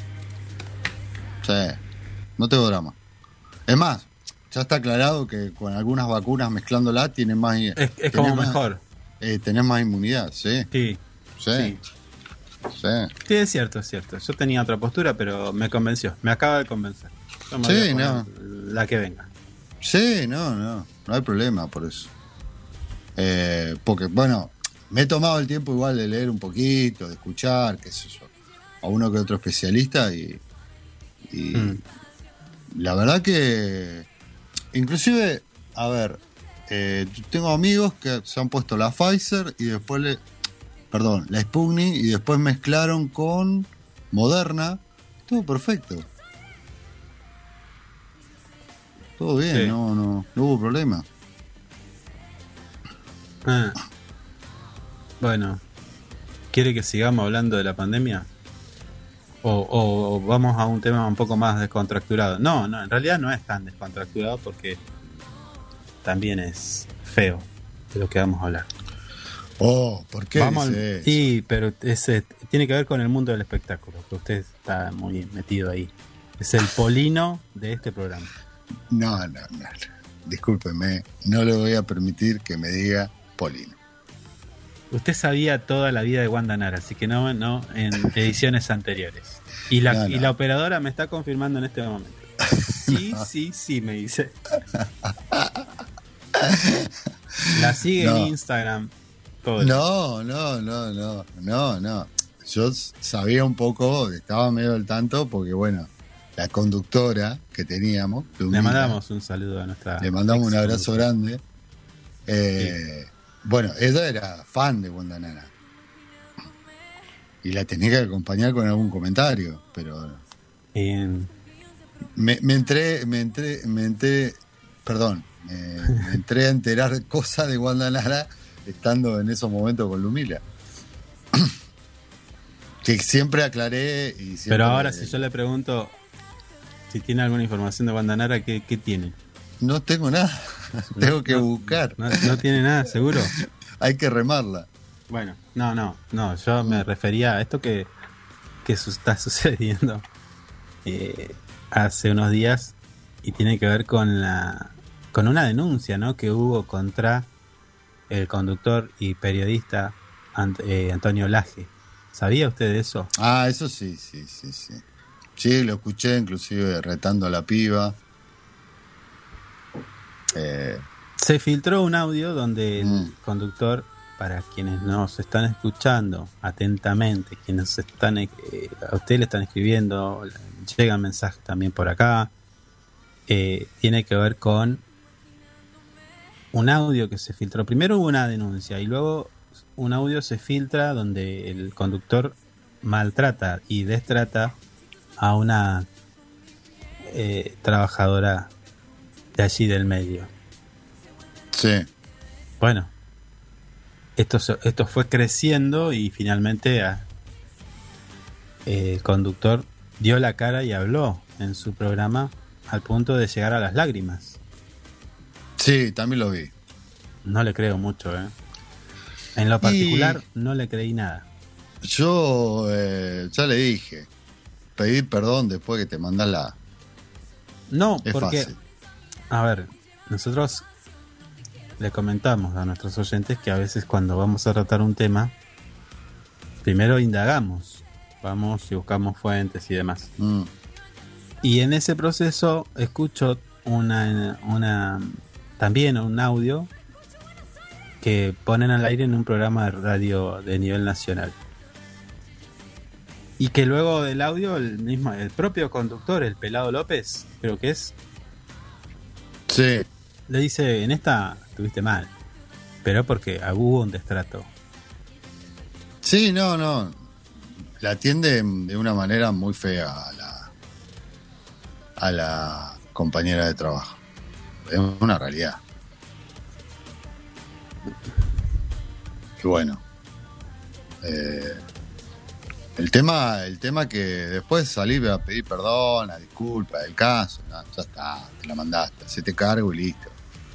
Sí, no tengo drama. Es más, ya está aclarado que con algunas vacunas mezclándola tiene más, Es, es tenés como más- mejor. eh, tenés más inmunidad, sí, Sí, sí. sí. Sí, Sí, es cierto, es cierto. Yo tenía otra postura, pero me convenció. Me acaba de convencer. Yo me Sí, voy a poner no. la que venga. sí, no, no, no hay problema por eso. Eh, porque, bueno, me he tomado el tiempo igual de leer un poquito, de escuchar, qué sé yo, a uno que otro especialista y, y Mm. la verdad que, inclusive, a ver, eh, tengo amigos que se han puesto la Pfizer y después le, perdón, la Sputnik y después mezclaron con Moderna, todo perfecto. Todo bien, Sí. no, no, no hubo problema. Ah. Bueno, ¿quiere que sigamos hablando de la pandemia? O, o- o vamos a un tema un poco más descontracturado. No, no, en realidad no es tan descontracturado porque también es feo de lo que vamos a hablar. Oh, ¿por qué Vamos dice al- eso? sí, pero ese tiene que ver con el mundo del espectáculo, que usted está muy metido ahí. Es el polino de este programa. No, no, no, no. Discúlpeme, no le voy a permitir que me diga Polino. Usted sabía toda la vida de Wanda Nara, así que no, no en ediciones anteriores. Y la, No, no. y la operadora me está confirmando en este momento. Sí, sí, sí, me dice. La sigue No. en Instagram. Todo el- No, no, no, no, no, no. Yo s- sabía un poco, estaba medio al tanto, porque bueno, la conductora que teníamos, Le Lumina, mandamos un saludo a nuestra. le mandamos un ex abrazo conductora. grande. Eh, Bueno, ella era fan de Wanda Nara. Y la tenía que acompañar con algún comentario, pero En- me, me entré, me entré, me entré, perdón, me, me entré a enterar cosas de Wanda Nara estando en esos momentos con Lumila. Que siempre aclaré y siempre... Pero ahora, si yo le pregunto si tiene alguna información de Wanda Nara, ¿qué, qué tiene? No tengo nada, tengo que No, buscar, No, no tiene nada, seguro. hay que remarla. Bueno, no, no, no, yo me refería a esto que, que su- está sucediendo eh, hace unos días y tiene que ver con la con una denuncia, ¿no?, que hubo contra el conductor y periodista Ant- eh, Antonio Laje. ¿Sabía usted de eso? Ah, eso sí, sí, sí, sí. Sí, lo escuché inclusive retando a la piba. Eh, Se filtró un audio donde el Mm. conductor, para quienes nos están escuchando atentamente, quienes están eh, a usted le están escribiendo, llegan mensajes también por acá, eh, tiene que ver con un audio que se filtró. Primero hubo una denuncia y luego un audio se filtra donde el conductor maltrata y destrata a una eh, trabajadora de allí del medio. sí, Bueno, esto, se- esto fue creciendo y finalmente a- eh, el conductor dio la cara y habló en su programa al punto de llegar a las lágrimas. sí, también lo vi. No le creo mucho, ¿eh? En lo particular, no le creí nada. Yo eh, ya le dije, pedir perdón después que te mandas la... No, Es porque, fácil. a ver, nosotros le comentamos a nuestros oyentes que a veces cuando vamos a tratar un tema, primero indagamos, vamos y buscamos fuentes y demás. Mm, Y en ese proceso escucho una, una también un audio que ponen al aire en un programa de radio de nivel nacional. Y que luego del audio el mismo, el propio conductor, el Pelado López, creo que es, sí, le dice, en esta estuviste mal, pero porque hubo un destrato. sí, no, no. La atiende de una manera muy fea a la, a la compañera de trabajo. Es una realidad. Y bueno, eh, el tema, el tema que después salí a pedir perdón, a disculpa del caso, no, ya está, te la mandaste, se te cargo y listo.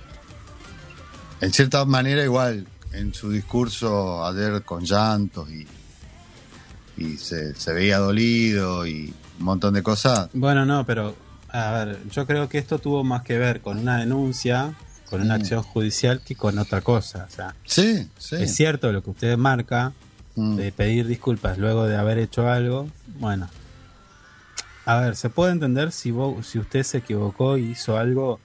En cierta manera igual, en su discurso ayer con llantos y, y se, se veía dolido y un montón de cosas. Bueno, no, pero a ver, yo creo que esto tuvo más que ver con una denuncia, con una Mm. acción judicial que con otra cosa. O sea, Sí, sí. es cierto lo que usted marca, mm. de pedir disculpas luego de haber hecho algo, bueno. A ver, se puede entender si vos, si usted se equivocó y hizo algo,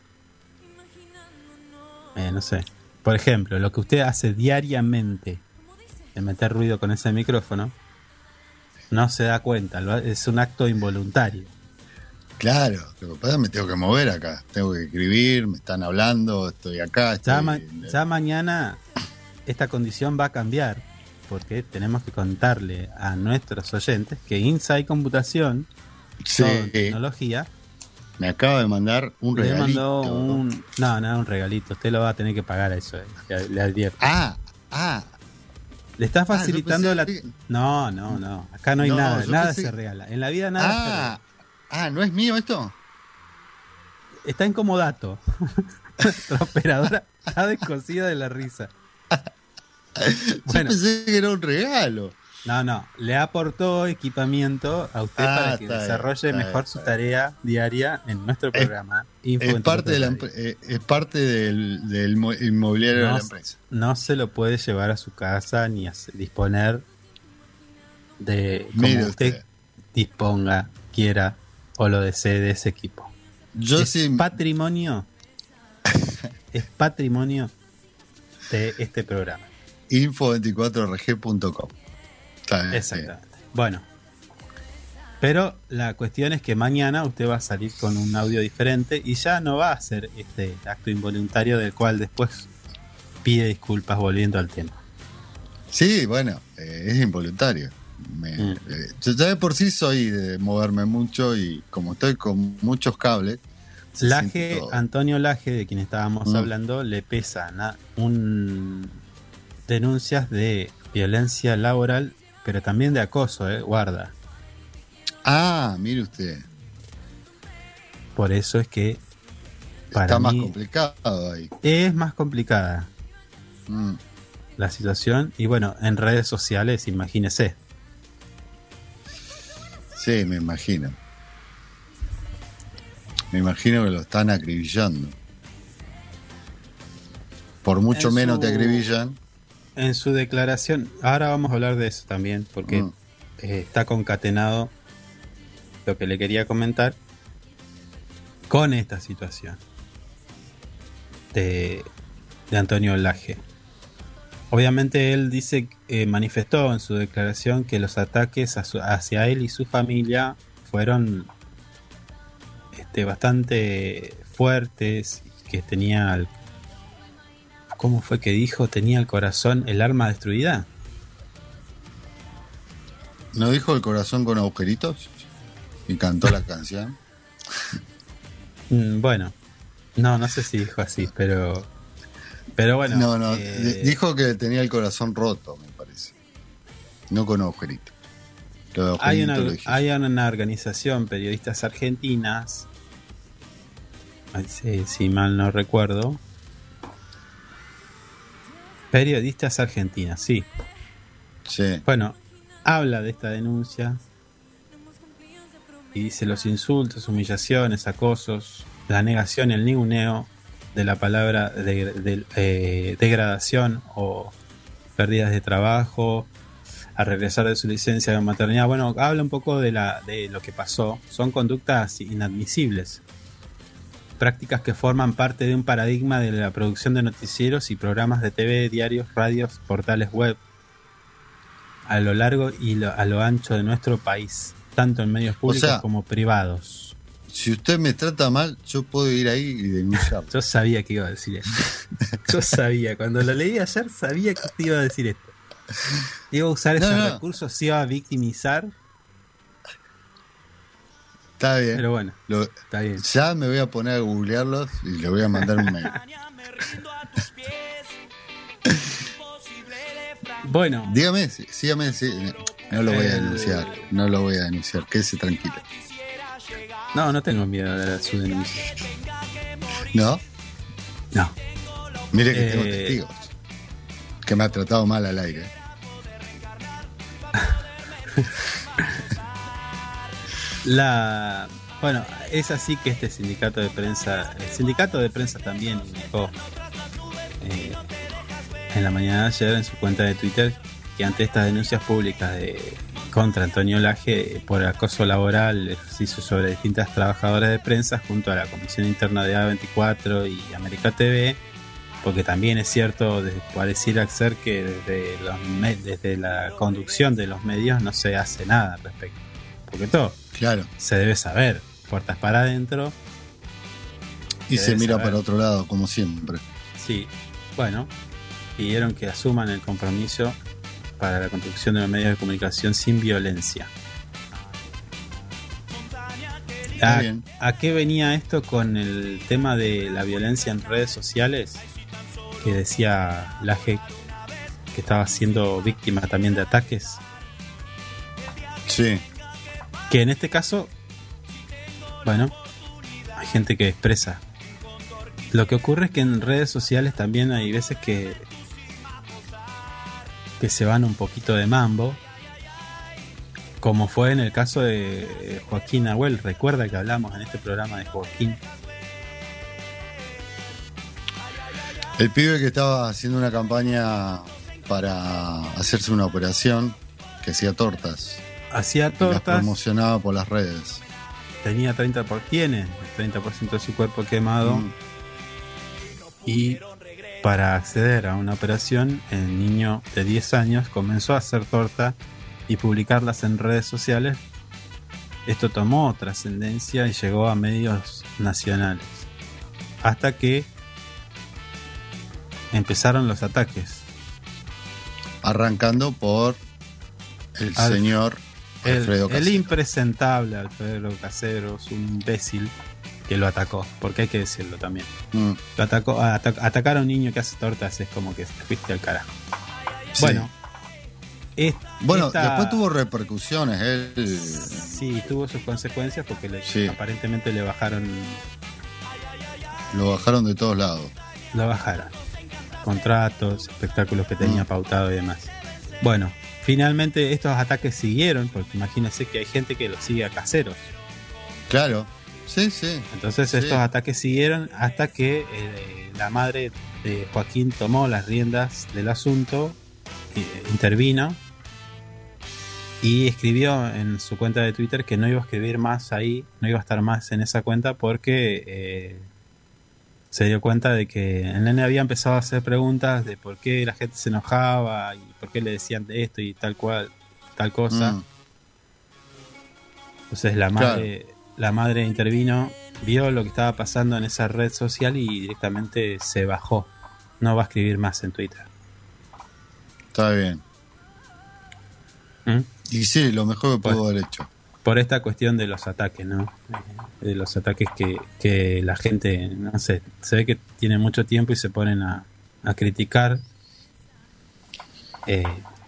eh, no sé. Por ejemplo, lo que usted hace diariamente, de meter ruido con ese micrófono, no se da cuenta, lo, es un acto involuntario. Claro, lo que pasa es que me tengo que mover acá, tengo que escribir, me están hablando, estoy acá. Estoy... Ya, ma- ya mañana esta condición va a cambiar, porque tenemos que contarle a nuestros oyentes que Inside Computación, sí, todo en tecnología, me acaba de mandar un le regalito. mandó un... No, no, un regalito, usted lo va a tener que pagar a eso, eh, le, le advierto. Ah, ah. Le está facilitando ah, la... que... No, no, no, acá no hay no, nada, nada pensé... se regala. En la vida nada ah, se regala. Ah, ¿no es mío esto? Está incomodato. La operadora está descosida de la risa. Bueno, yo pensé que era un regalo. No, no, le aportó equipamiento a usted ah, para que desarrolle bien, mejor bien, su tarea diaria en nuestro programa. Es, es, parte, de la, es parte del, del inmobiliario no, de la empresa. No se lo puede llevar a su casa ni a disponer de como Mire usted, usted disponga, quiera o lo desee de ese equipo. Yo es sí... patrimonio es patrimonio de este programa. info veinticuatro r g punto com. Exactamente. Bueno, pero la cuestión es que mañana usted va a salir con un audio diferente y ya no va a hacer este acto involuntario del cual después pide disculpas volviendo al tema. Sí, bueno, eh, es involuntario. Me, mm. eh, yo ya de por sí soy de moverme mucho y como estoy con muchos cables. Laje, Antonio Laje, de quien estábamos mm. hablando, le pesan a un denuncias de violencia laboral, pero también de acoso, eh, guarda. Ah, mire usted. Por eso es que para está mí más complicado ahí. Es más complicada mm. la situación y bueno, en redes sociales, imagínese. Sí, me imagino. Me imagino que lo están acribillando. Por mucho en menos su, te acribillan. En su declaración, ahora vamos a hablar de eso también, porque mm. eh, está concatenado lo que le quería comentar con esta situación de, de Antonio Laje. Obviamente él dice, eh, manifestó en su declaración que los ataques a su, hacia él y su familia fueron este, bastante fuertes, que tenía el, ¿cómo fue que dijo? Tenía el corazón, el alma destruida. ¿No dijo el corazón con agujeritos? Y cantó la canción. Bueno, no, no sé si dijo así, pero pero bueno. No, no, eh, dijo que tenía el corazón roto, me parece. No con agujeritos. Hay una, hay una organización, periodistas argentinas, si, si mal no recuerdo, periodistas argentinas, sí. Sí. Bueno, habla de esta denuncia y dice los insultos, humillaciones, acosos, la negación, el ninguneo de la palabra de, de, eh, degradación o pérdidas de trabajo, a regresar de su licencia de maternidad. Bueno, habla un poco de, la, de lo que pasó. Son conductas inadmisibles, prácticas que forman parte de un paradigma de la producción de noticieros y programas de T V, diarios, radios, portales web a lo largo y lo, a lo ancho de nuestro país, tanto en medios públicos o sea, como privados. Si usted me trata mal, yo puedo ir ahí y denunciarlo. Yo sabía que iba a decir esto. Yo sabía, cuando lo leí ayer, sabía que usted iba a decir esto. Iba a usar no, esos no. recursos, se iba a victimizar. Está bien. Pero bueno, lo, está bien. Ya me voy a poner a googlearlos y le voy a mandar un mail. Bueno. Dígame, sígame, sí, no lo voy a denunciar, no lo voy a denunciar, quédese tranquilo. No, no tengo miedo de su denuncia. ¿No? No. Mire que eh... tengo testigos. Que me ha tratado mal al aire. La bueno, es así que este sindicato de prensa, el sindicato de prensa también indicó eh, en la mañana de ayer en su cuenta de Twitter que ante estas denuncias públicas de contra Antonio Laje por acoso laboral, ejercicio sobre distintas trabajadoras de prensa, junto a la Comisión Interna de A veinticuatro y América T V, porque también es cierto, de, pareciera ser que desde, los me- desde la conducción de los medios no se hace nada al respecto, porque todo Claro. se debe saber, puertas para adentro. Y Se se debe mira saber. para otro lado, como siempre. Sí, bueno, pidieron que asuman el compromiso para la construcción de los medios de comunicación sin violencia. Está ¿A, bien. ¿A qué venía esto con el tema de la violencia en redes sociales? Que decía Laje que estaba siendo víctima también de ataques. Sí. Que en este caso, bueno, hay gente que expresa. Lo que ocurre es que en redes sociales también hay veces que que se van un poquito de mambo, como fue en el caso de Joaquín Nahuel. Recuerda que hablamos en este programa de Joaquín. El pibe que estaba haciendo una campaña para hacerse una operación, que hacía tortas. Hacía Y las tortas, promocionaba por las redes. tenía treinta por tiene el treinta por ciento de su cuerpo quemado, Mm. y para acceder a una operación, el niño de diez años comenzó a hacer torta y publicarlas en redes sociales. Esto tomó trascendencia y llegó a medios nacionales, hasta que empezaron los ataques. Arrancando por el Al- señor El, Alfredo el Casero. impresentable Alfredo Caseros, un imbécil que lo atacó, porque hay que decirlo también. Mm, Lo atacó, ata- atacar a un niño que hace tortas es como que te fuiste al carajo. sí. Bueno, es- Bueno, esta- después tuvo repercusiones. Él. Sí, tuvo sus consecuencias porque le- Sí. aparentemente le bajaron, Lo bajaron de todos lados. lo bajaron. Contratos, espectáculos que tenía Mm. pautado y demás. Bueno, finalmente estos ataques siguieron, porque imagínense que hay gente que lo sigue a Caseros. Claro. Sí, sí. Entonces Sí. estos ataques siguieron hasta que eh, la madre de Joaquín tomó las riendas del asunto, eh, intervino y escribió en su cuenta de Twitter que no iba a escribir más ahí, no iba a estar más en esa cuenta porque eh, se dio cuenta de que el nene había empezado a hacer preguntas de por qué la gente se enojaba y por qué le decían de esto y tal cual, tal cosa. Mm, Entonces la madre, la madre intervino, vio lo que estaba pasando en esa red social y directamente se bajó. No va a escribir más en Twitter. está bien. ¿Mm? Y sí, lo mejor que pudo Bueno. haber hecho. Por esta cuestión de los ataques, ¿no? Eh, De los ataques que, que la gente, no sé, se ve que tiene mucho tiempo y se ponen a, a criticar eh,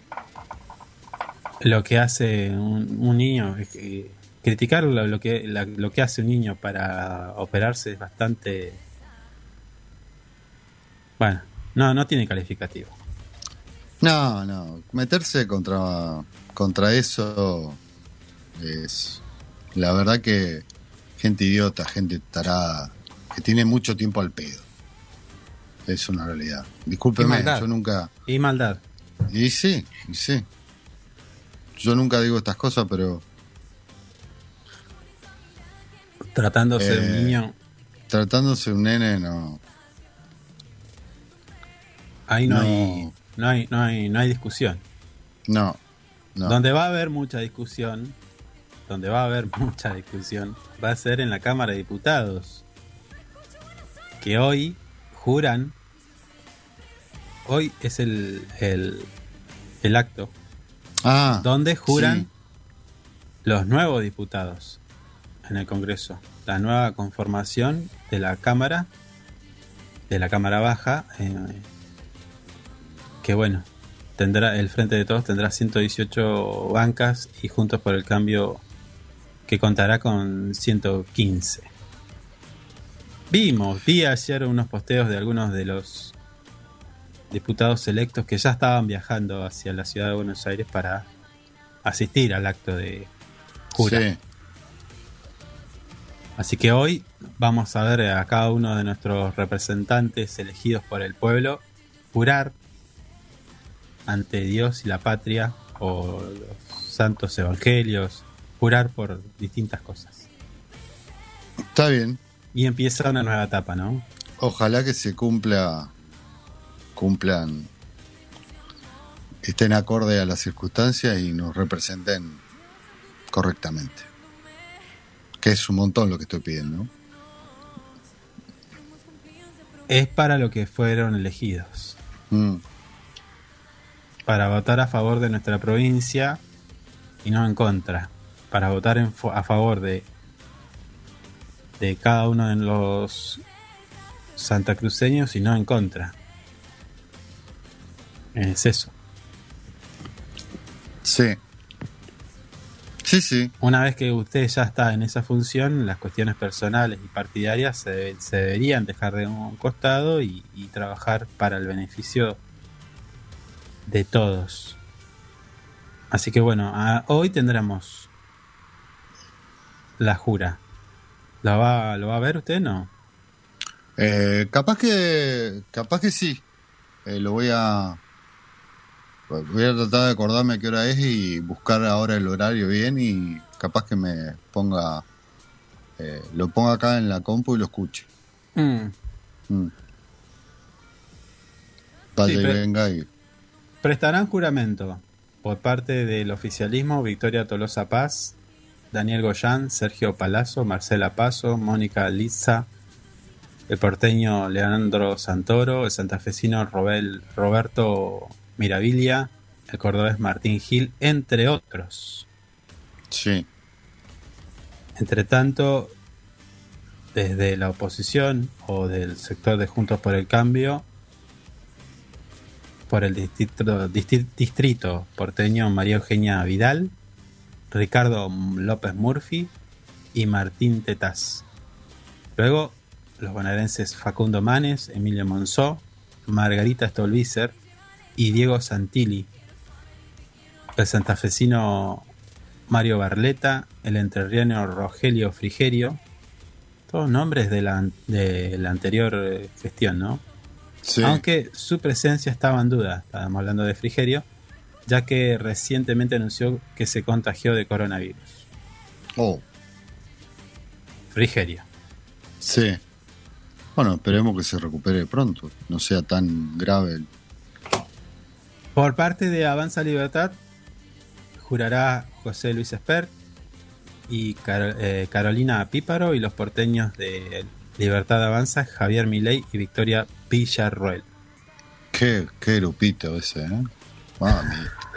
lo que hace un, un niño. Es que criticar lo, lo que la- lo que hace un niño para operarse es bastante, bueno, no no tiene calificativo. No, no. Meterse contra, contra eso es. La verdad que. Gente idiota, gente tarada. Que tiene mucho tiempo al pedo. Es una realidad. Y Discúlpeme, maldad. yo nunca. Y maldad. Y sí, y sí. Yo nunca digo estas cosas, pero Tratándose de un Eh, niño, tratándose de un nene, no. ahí no, no. hay no hay no hay no hay discusión. No. No. Donde va a haber mucha discusión, donde va a haber mucha discusión, va a ser en la Cámara de Diputados, que hoy juran, hoy es el, el, el acto Ah, donde juran sí. los nuevos diputados en el Congreso, la nueva conformación de la Cámara, de la Cámara Baja, eh, que bueno, tendrá el Frente de Todos tendrá ciento dieciocho bancas y Juntos por el Cambio que contará con ciento quince. Vimos, vi ayer unos posteos de algunos de los diputados electos que ya estaban viajando hacia la ciudad de Buenos Aires para asistir al acto de jura. Sí. Así que hoy vamos a ver a cada uno de nuestros representantes elegidos por el pueblo jurar ante Dios y la patria o los santos evangelios, jurar por distintas cosas. Está bien. Y empieza una nueva etapa, ¿no? Ojalá que se cumpla, cumplan, estén acorde a las circunstancias y nos representen correctamente. Que es un montón lo que estoy pidiendo, ¿no? Es para lo que fueron elegidos. Mm. Para votar a favor de nuestra provincia y no en contra. Para votar en fo- a favor de, de cada uno de los santacruceños y no en contra. Es eso. Sí. Sí, sí. Una vez que usted ya está en esa función, las cuestiones personales y partidarias se, debe- se deberían dejar de un costado y, y trabajar para el beneficio de todos. Así que bueno, a- hoy tendremos la jura. ¿La va, ¿Lo va a ver usted? No. Eh, capaz que, capaz que sí. Eh, lo voy a, voy a tratar de acordarme a qué hora es y buscar ahora el horario bien y capaz que me ponga, eh, lo ponga acá en la compu y lo escuche. Mm. Mm. Vaya Sí, y pero- venga y Prestarán juramento por parte del oficialismo Victoria Tolosa Paz, Daniel Goyán, Sergio Palazzo, Marcela Paso, Mónica Liza, el porteño Leandro Santoro, el santafesino Robel, Roberto Mirabilia, el cordobés Martín Gil, entre otros. sí. Entre tanto, desde la oposición o del sector de Juntos por el Cambio, por el distrito, disti- distrito porteño María Eugenia Vidal, Ricardo López Murphy y Martín Tetaz. Luego, los bonaerenses Facundo Manes, Emilio Monzó, Margarita Stolbizer y Diego Santilli. El santafesino Mario Barleta, el entrerriano Rogelio Frigerio. Todos nombres de la, de la anterior eh, gestión, ¿no? Sí. Aunque su presencia estaba en duda, estábamos hablando de Frigerio, ya que recientemente anunció que se contagió de coronavirus. Oh, Frigerio. sí. Bueno, esperemos que se recupere pronto, no sea tan grave. el- Por parte de Avanza Libertad, jurará José Luis Espert y Car- eh, Carolina Píparo, y los porteños de Libertad Avanza, Javier Milei y Victoria Villarroel. Qué, qué grupito ese, ¿eh? Mami.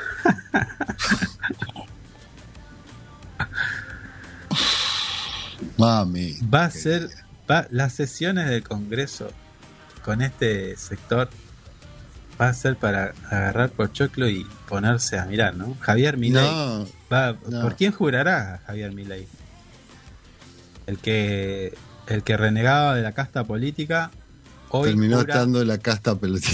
Mami. Va a ser va, las sesiones del Congreso con este sector va a ser para agarrar pochoclo y ponerse a mirar, ¿no? Javier Milei. No, Va, no. ¿Por quién jurará Javier Milei? El que el que renegaba de la casta política hoy terminó jura- estando en la casta pelotina.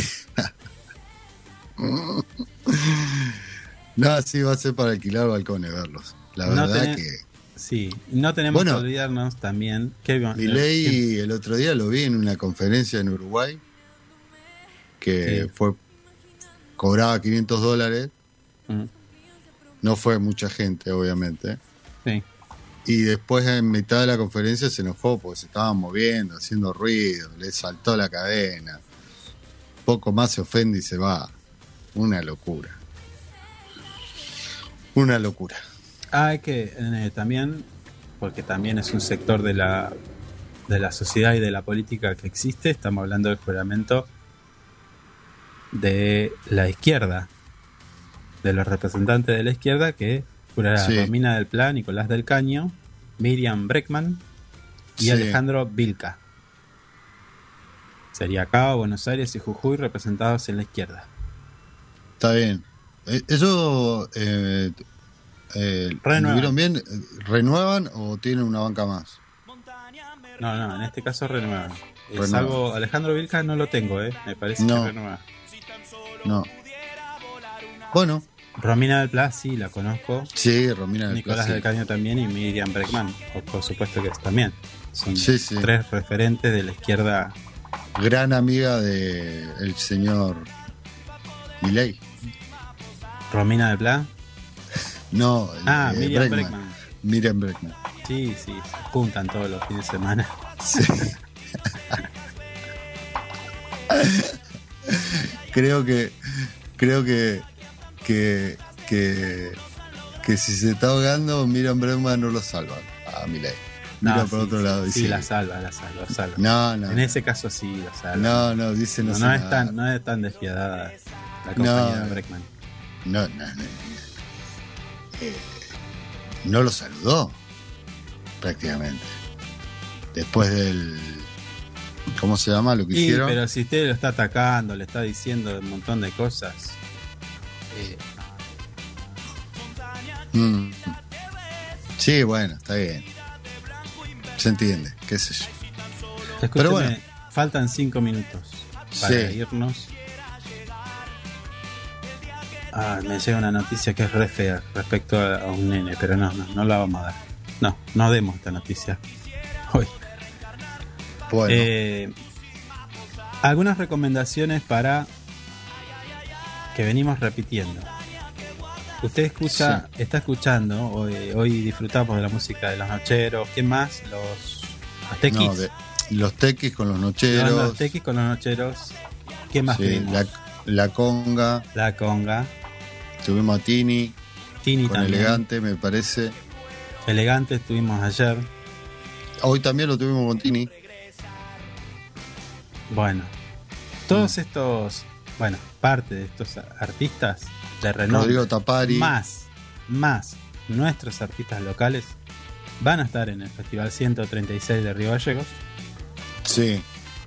No, sí, va a ser para alquilar balcones, verlos. La No verdad tenés- que Sí, no tenemos Bueno. que olvidarnos también que Milei el otro día lo vi en una conferencia en Uruguay que Sí. fue cobraba quinientos dólares. Mm, No fue mucha gente, obviamente. sí. Y después en mitad de la conferencia se enojó porque se estaban moviendo, haciendo ruido, le saltó la cadena. Poco más se ofende y se va. Una locura. Una locura. Hay que eh, también, porque también es un sector de la de la sociedad y de la política que existe, estamos hablando del juramento de la izquierda, de los representantes de la izquierda, que jurará Sí. Romina del Pla, Nicolás del Caño, Miriam Breckman y Sí. Alejandro Vilca. Sería Cabo, Buenos Aires y Jujuy representados en la izquierda. Está bien. Eh, ¿Eso eh, eh, Renuevan. ¿lo vieron bien? ¿Renuevan o tienen una banca más? No, no, en este caso renuevan. Eh, Renuevan. salvo Alejandro Vilca no lo tengo, eh. Me parece No. que renueva. No. Bueno, Romina del Pla sí la conozco. sí, Romina del Nicolás Pla, del sí. Caño también y Miriam Breckman, o por supuesto que es también. Son Sí, sí. tres referentes de la izquierda. Gran amiga del señor Milei. Romina de Pla. No, Ah, eh, Miriam Bregman. Bregman. Miriam Bregman. Sí, sí, se juntan todos los fines de semana. Sí. creo que creo que que que que si se está ahogando, Miriam Bregman no lo salva a Milei. Mira No, por sí, otro sí, lado. sí, dice, la salva, la salva, la salva. no, no. En ese caso sí, la salva. No, no, dice no, no, sé no es nada. tan, no es tan despiadada la compañera No. Bregman. No, no, no. Eh, no lo saludó, prácticamente. Después del... ¿Cómo se llama lo que Sí, hicieron? pero si usted lo está atacando, le está diciendo un montón de cosas. eh, Mm. Sí, bueno, está bien. Se entiende, qué sé yo. escúcheme, Pero bueno. faltan cinco minutos para Sí. irnos. Ah, me llega una noticia que es re fea respecto a, a un nene, pero no, no, no la vamos a dar. No, no demos esta noticia hoy. Bueno, Eh, algunas recomendaciones para que venimos repitiendo. Usted escucha, está escuchando, hoy, hoy disfrutamos de la música de los nocheros. ¿Quién más? Los, los tequis. no, de- los tequis con los No, nocheros. los tequis con los nocheros. ¿Qué más sí, tuvimos? la, la conga. La conga. Tuvimos a Tini Tini con también. Elegante, me parece. Elegante estuvimos ayer. Hoy también lo tuvimos con Tini. Bueno, todos estos, bueno, parte de estos artistas de renombre, Rodrigo Tapari. más, más nuestros artistas locales van a estar en el Festival ciento treinta y seis de Río Gallegos. Sí.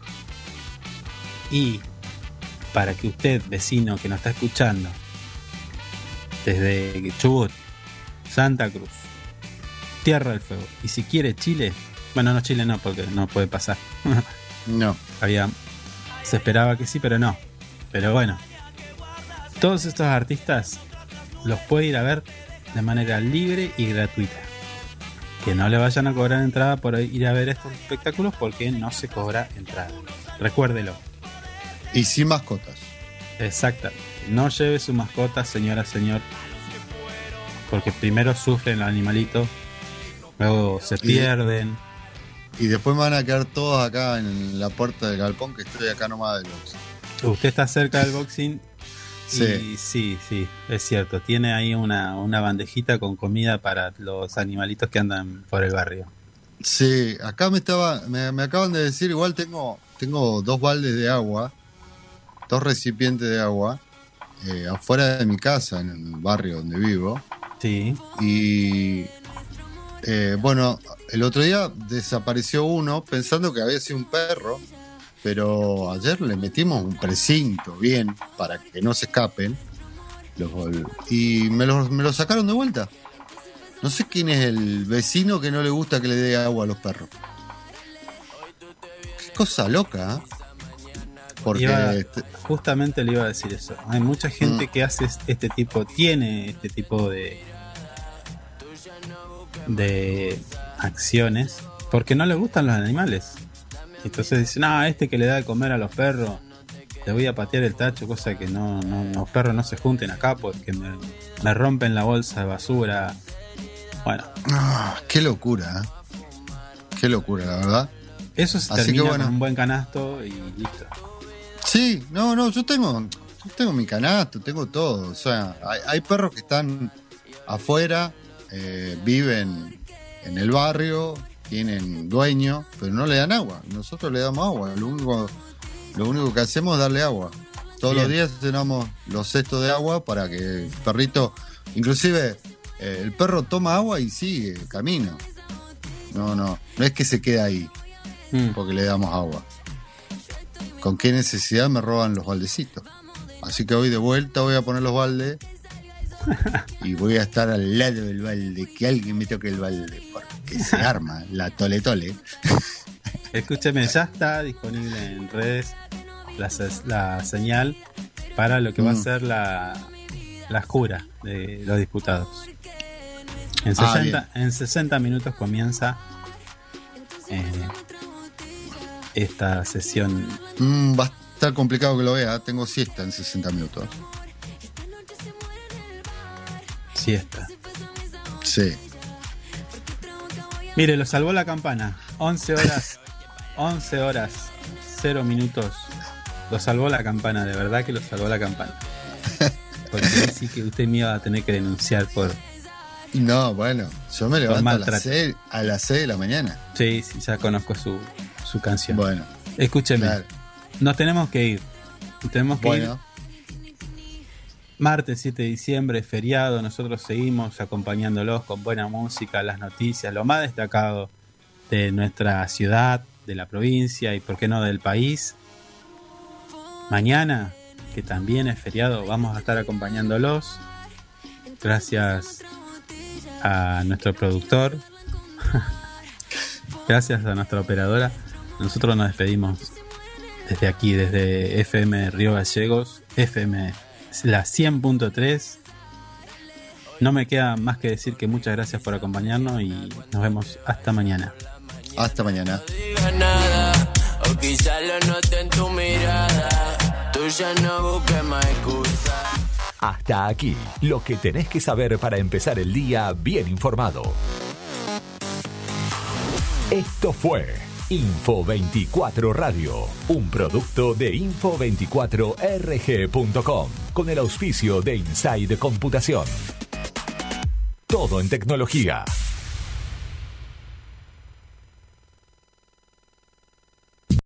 Y para que usted, vecino que nos está escuchando desde Chubut, Santa Cruz, Tierra del Fuego, y si quiere Chile, bueno, no Chile no, porque no puede pasar. No. Había, se esperaba que sí, pero no. Pero bueno, todos estos artistas los puede ir a ver de manera libre y gratuita. Que no le vayan a cobrar entrada por ir a ver estos espectáculos, porque no se cobra entrada. Recuérdelo. Y sin mascotas. Exactamente. No lleve su mascota, señora, señor, porque primero sufren los animalitos, luego se pierden. Y después me van a quedar todos acá en la puerta del galpón, que estoy acá nomás del box. Usted está cerca del boxing. Sí. Y sí, sí, es cierto. Tiene ahí una, una bandejita con comida para los animalitos que andan por el barrio. Sí, acá me estaba, me, me acaban de decir, igual tengo, tengo dos baldes de agua, dos recipientes de agua, eh, afuera de mi casa, en el barrio donde vivo. Sí. Y eh, bueno, el otro día desapareció uno pensando que había sido un perro, pero ayer le metimos un precinto bien para que no se escapen los, y me los me lo sacaron de vuelta. No sé quién es el vecino que no le gusta que le dé agua a los perros. Qué cosa loca, ¿eh? Porque Iba- este- justamente le iba a decir eso. Hay mucha gente Mm. que hace este tipo, tiene este tipo de de acciones porque no le gustan los animales. Entonces dicen, no, este que le da de comer a los perros, le voy a patear el tacho, cosa que no, no los perros no se junten acá porque me, me rompen la bolsa de basura. Bueno, ah, qué locura, ¿eh? Qué locura, la verdad. eso se Así que termina bueno. con un buen canasto y listo. Sí, no, no, yo tengo, yo tengo mi canasto, tengo todo. O sea, hay, hay perros que están afuera, eh, viven en el barrio, tienen dueño, pero no le dan agua. Nosotros le damos agua. Lo único, lo único que hacemos es darle agua. Todos Bien. los días llenamos los cestos de agua para que el perrito, inclusive eh, el perro toma agua y sigue camino. No, no, no es que se quede ahí Mm. porque le damos agua. ¿Con qué necesidad me roban los baldecitos? Así que hoy de vuelta voy a poner los baldes y voy a estar al lado del balde, que alguien me toque el balde, porque se arma la tole tole. Escúcheme, ya está disponible en redes la, se- la señal para lo que va a Mm. ser la, la jura de los diputados. En Ah, sesenta, en sesenta minutos comienza eh, esta sesión. Mm, va a estar complicado que lo vea, tengo siesta en sesenta minutos. siesta. Sí. Mire, lo salvó la campana. once horas, once horas, cero minutos. Lo salvó la campana, de verdad que lo salvó la campana. Porque sí que usted me iba a tener que denunciar por... No, bueno, yo me levanto a las, maltrato. seis, a las seis de la mañana. Sí, sí, ya conozco su, su canción. Bueno, Escúcheme, claro. nos tenemos que ir. Tenemos que Bueno, ir. Martes siete de diciembre, feriado. Nosotros seguimos acompañándolos con buena música, las noticias, lo más destacado de nuestra ciudad, de la provincia y, por qué no, del país. Mañana, que también es feriado, vamos a estar acompañándolos. Gracias a nuestro productor. Gracias a nuestra operadora. Nosotros nos despedimos desde aquí, desde F M Río Gallegos, F M la cien punto tres. No me queda más que decir que muchas gracias por acompañarnos y nos vemos hasta mañana. hasta mañana. digas nada, o quizá lo note en tu mirada. Tú ya no busques más excusas. Hasta aquí, lo que tenés que saber para empezar el día bien informado. Esto fue Info veinticuatro Radio, un producto de info veinticuatro R G punto com, con el auspicio de Inside Computación. Todo en tecnología.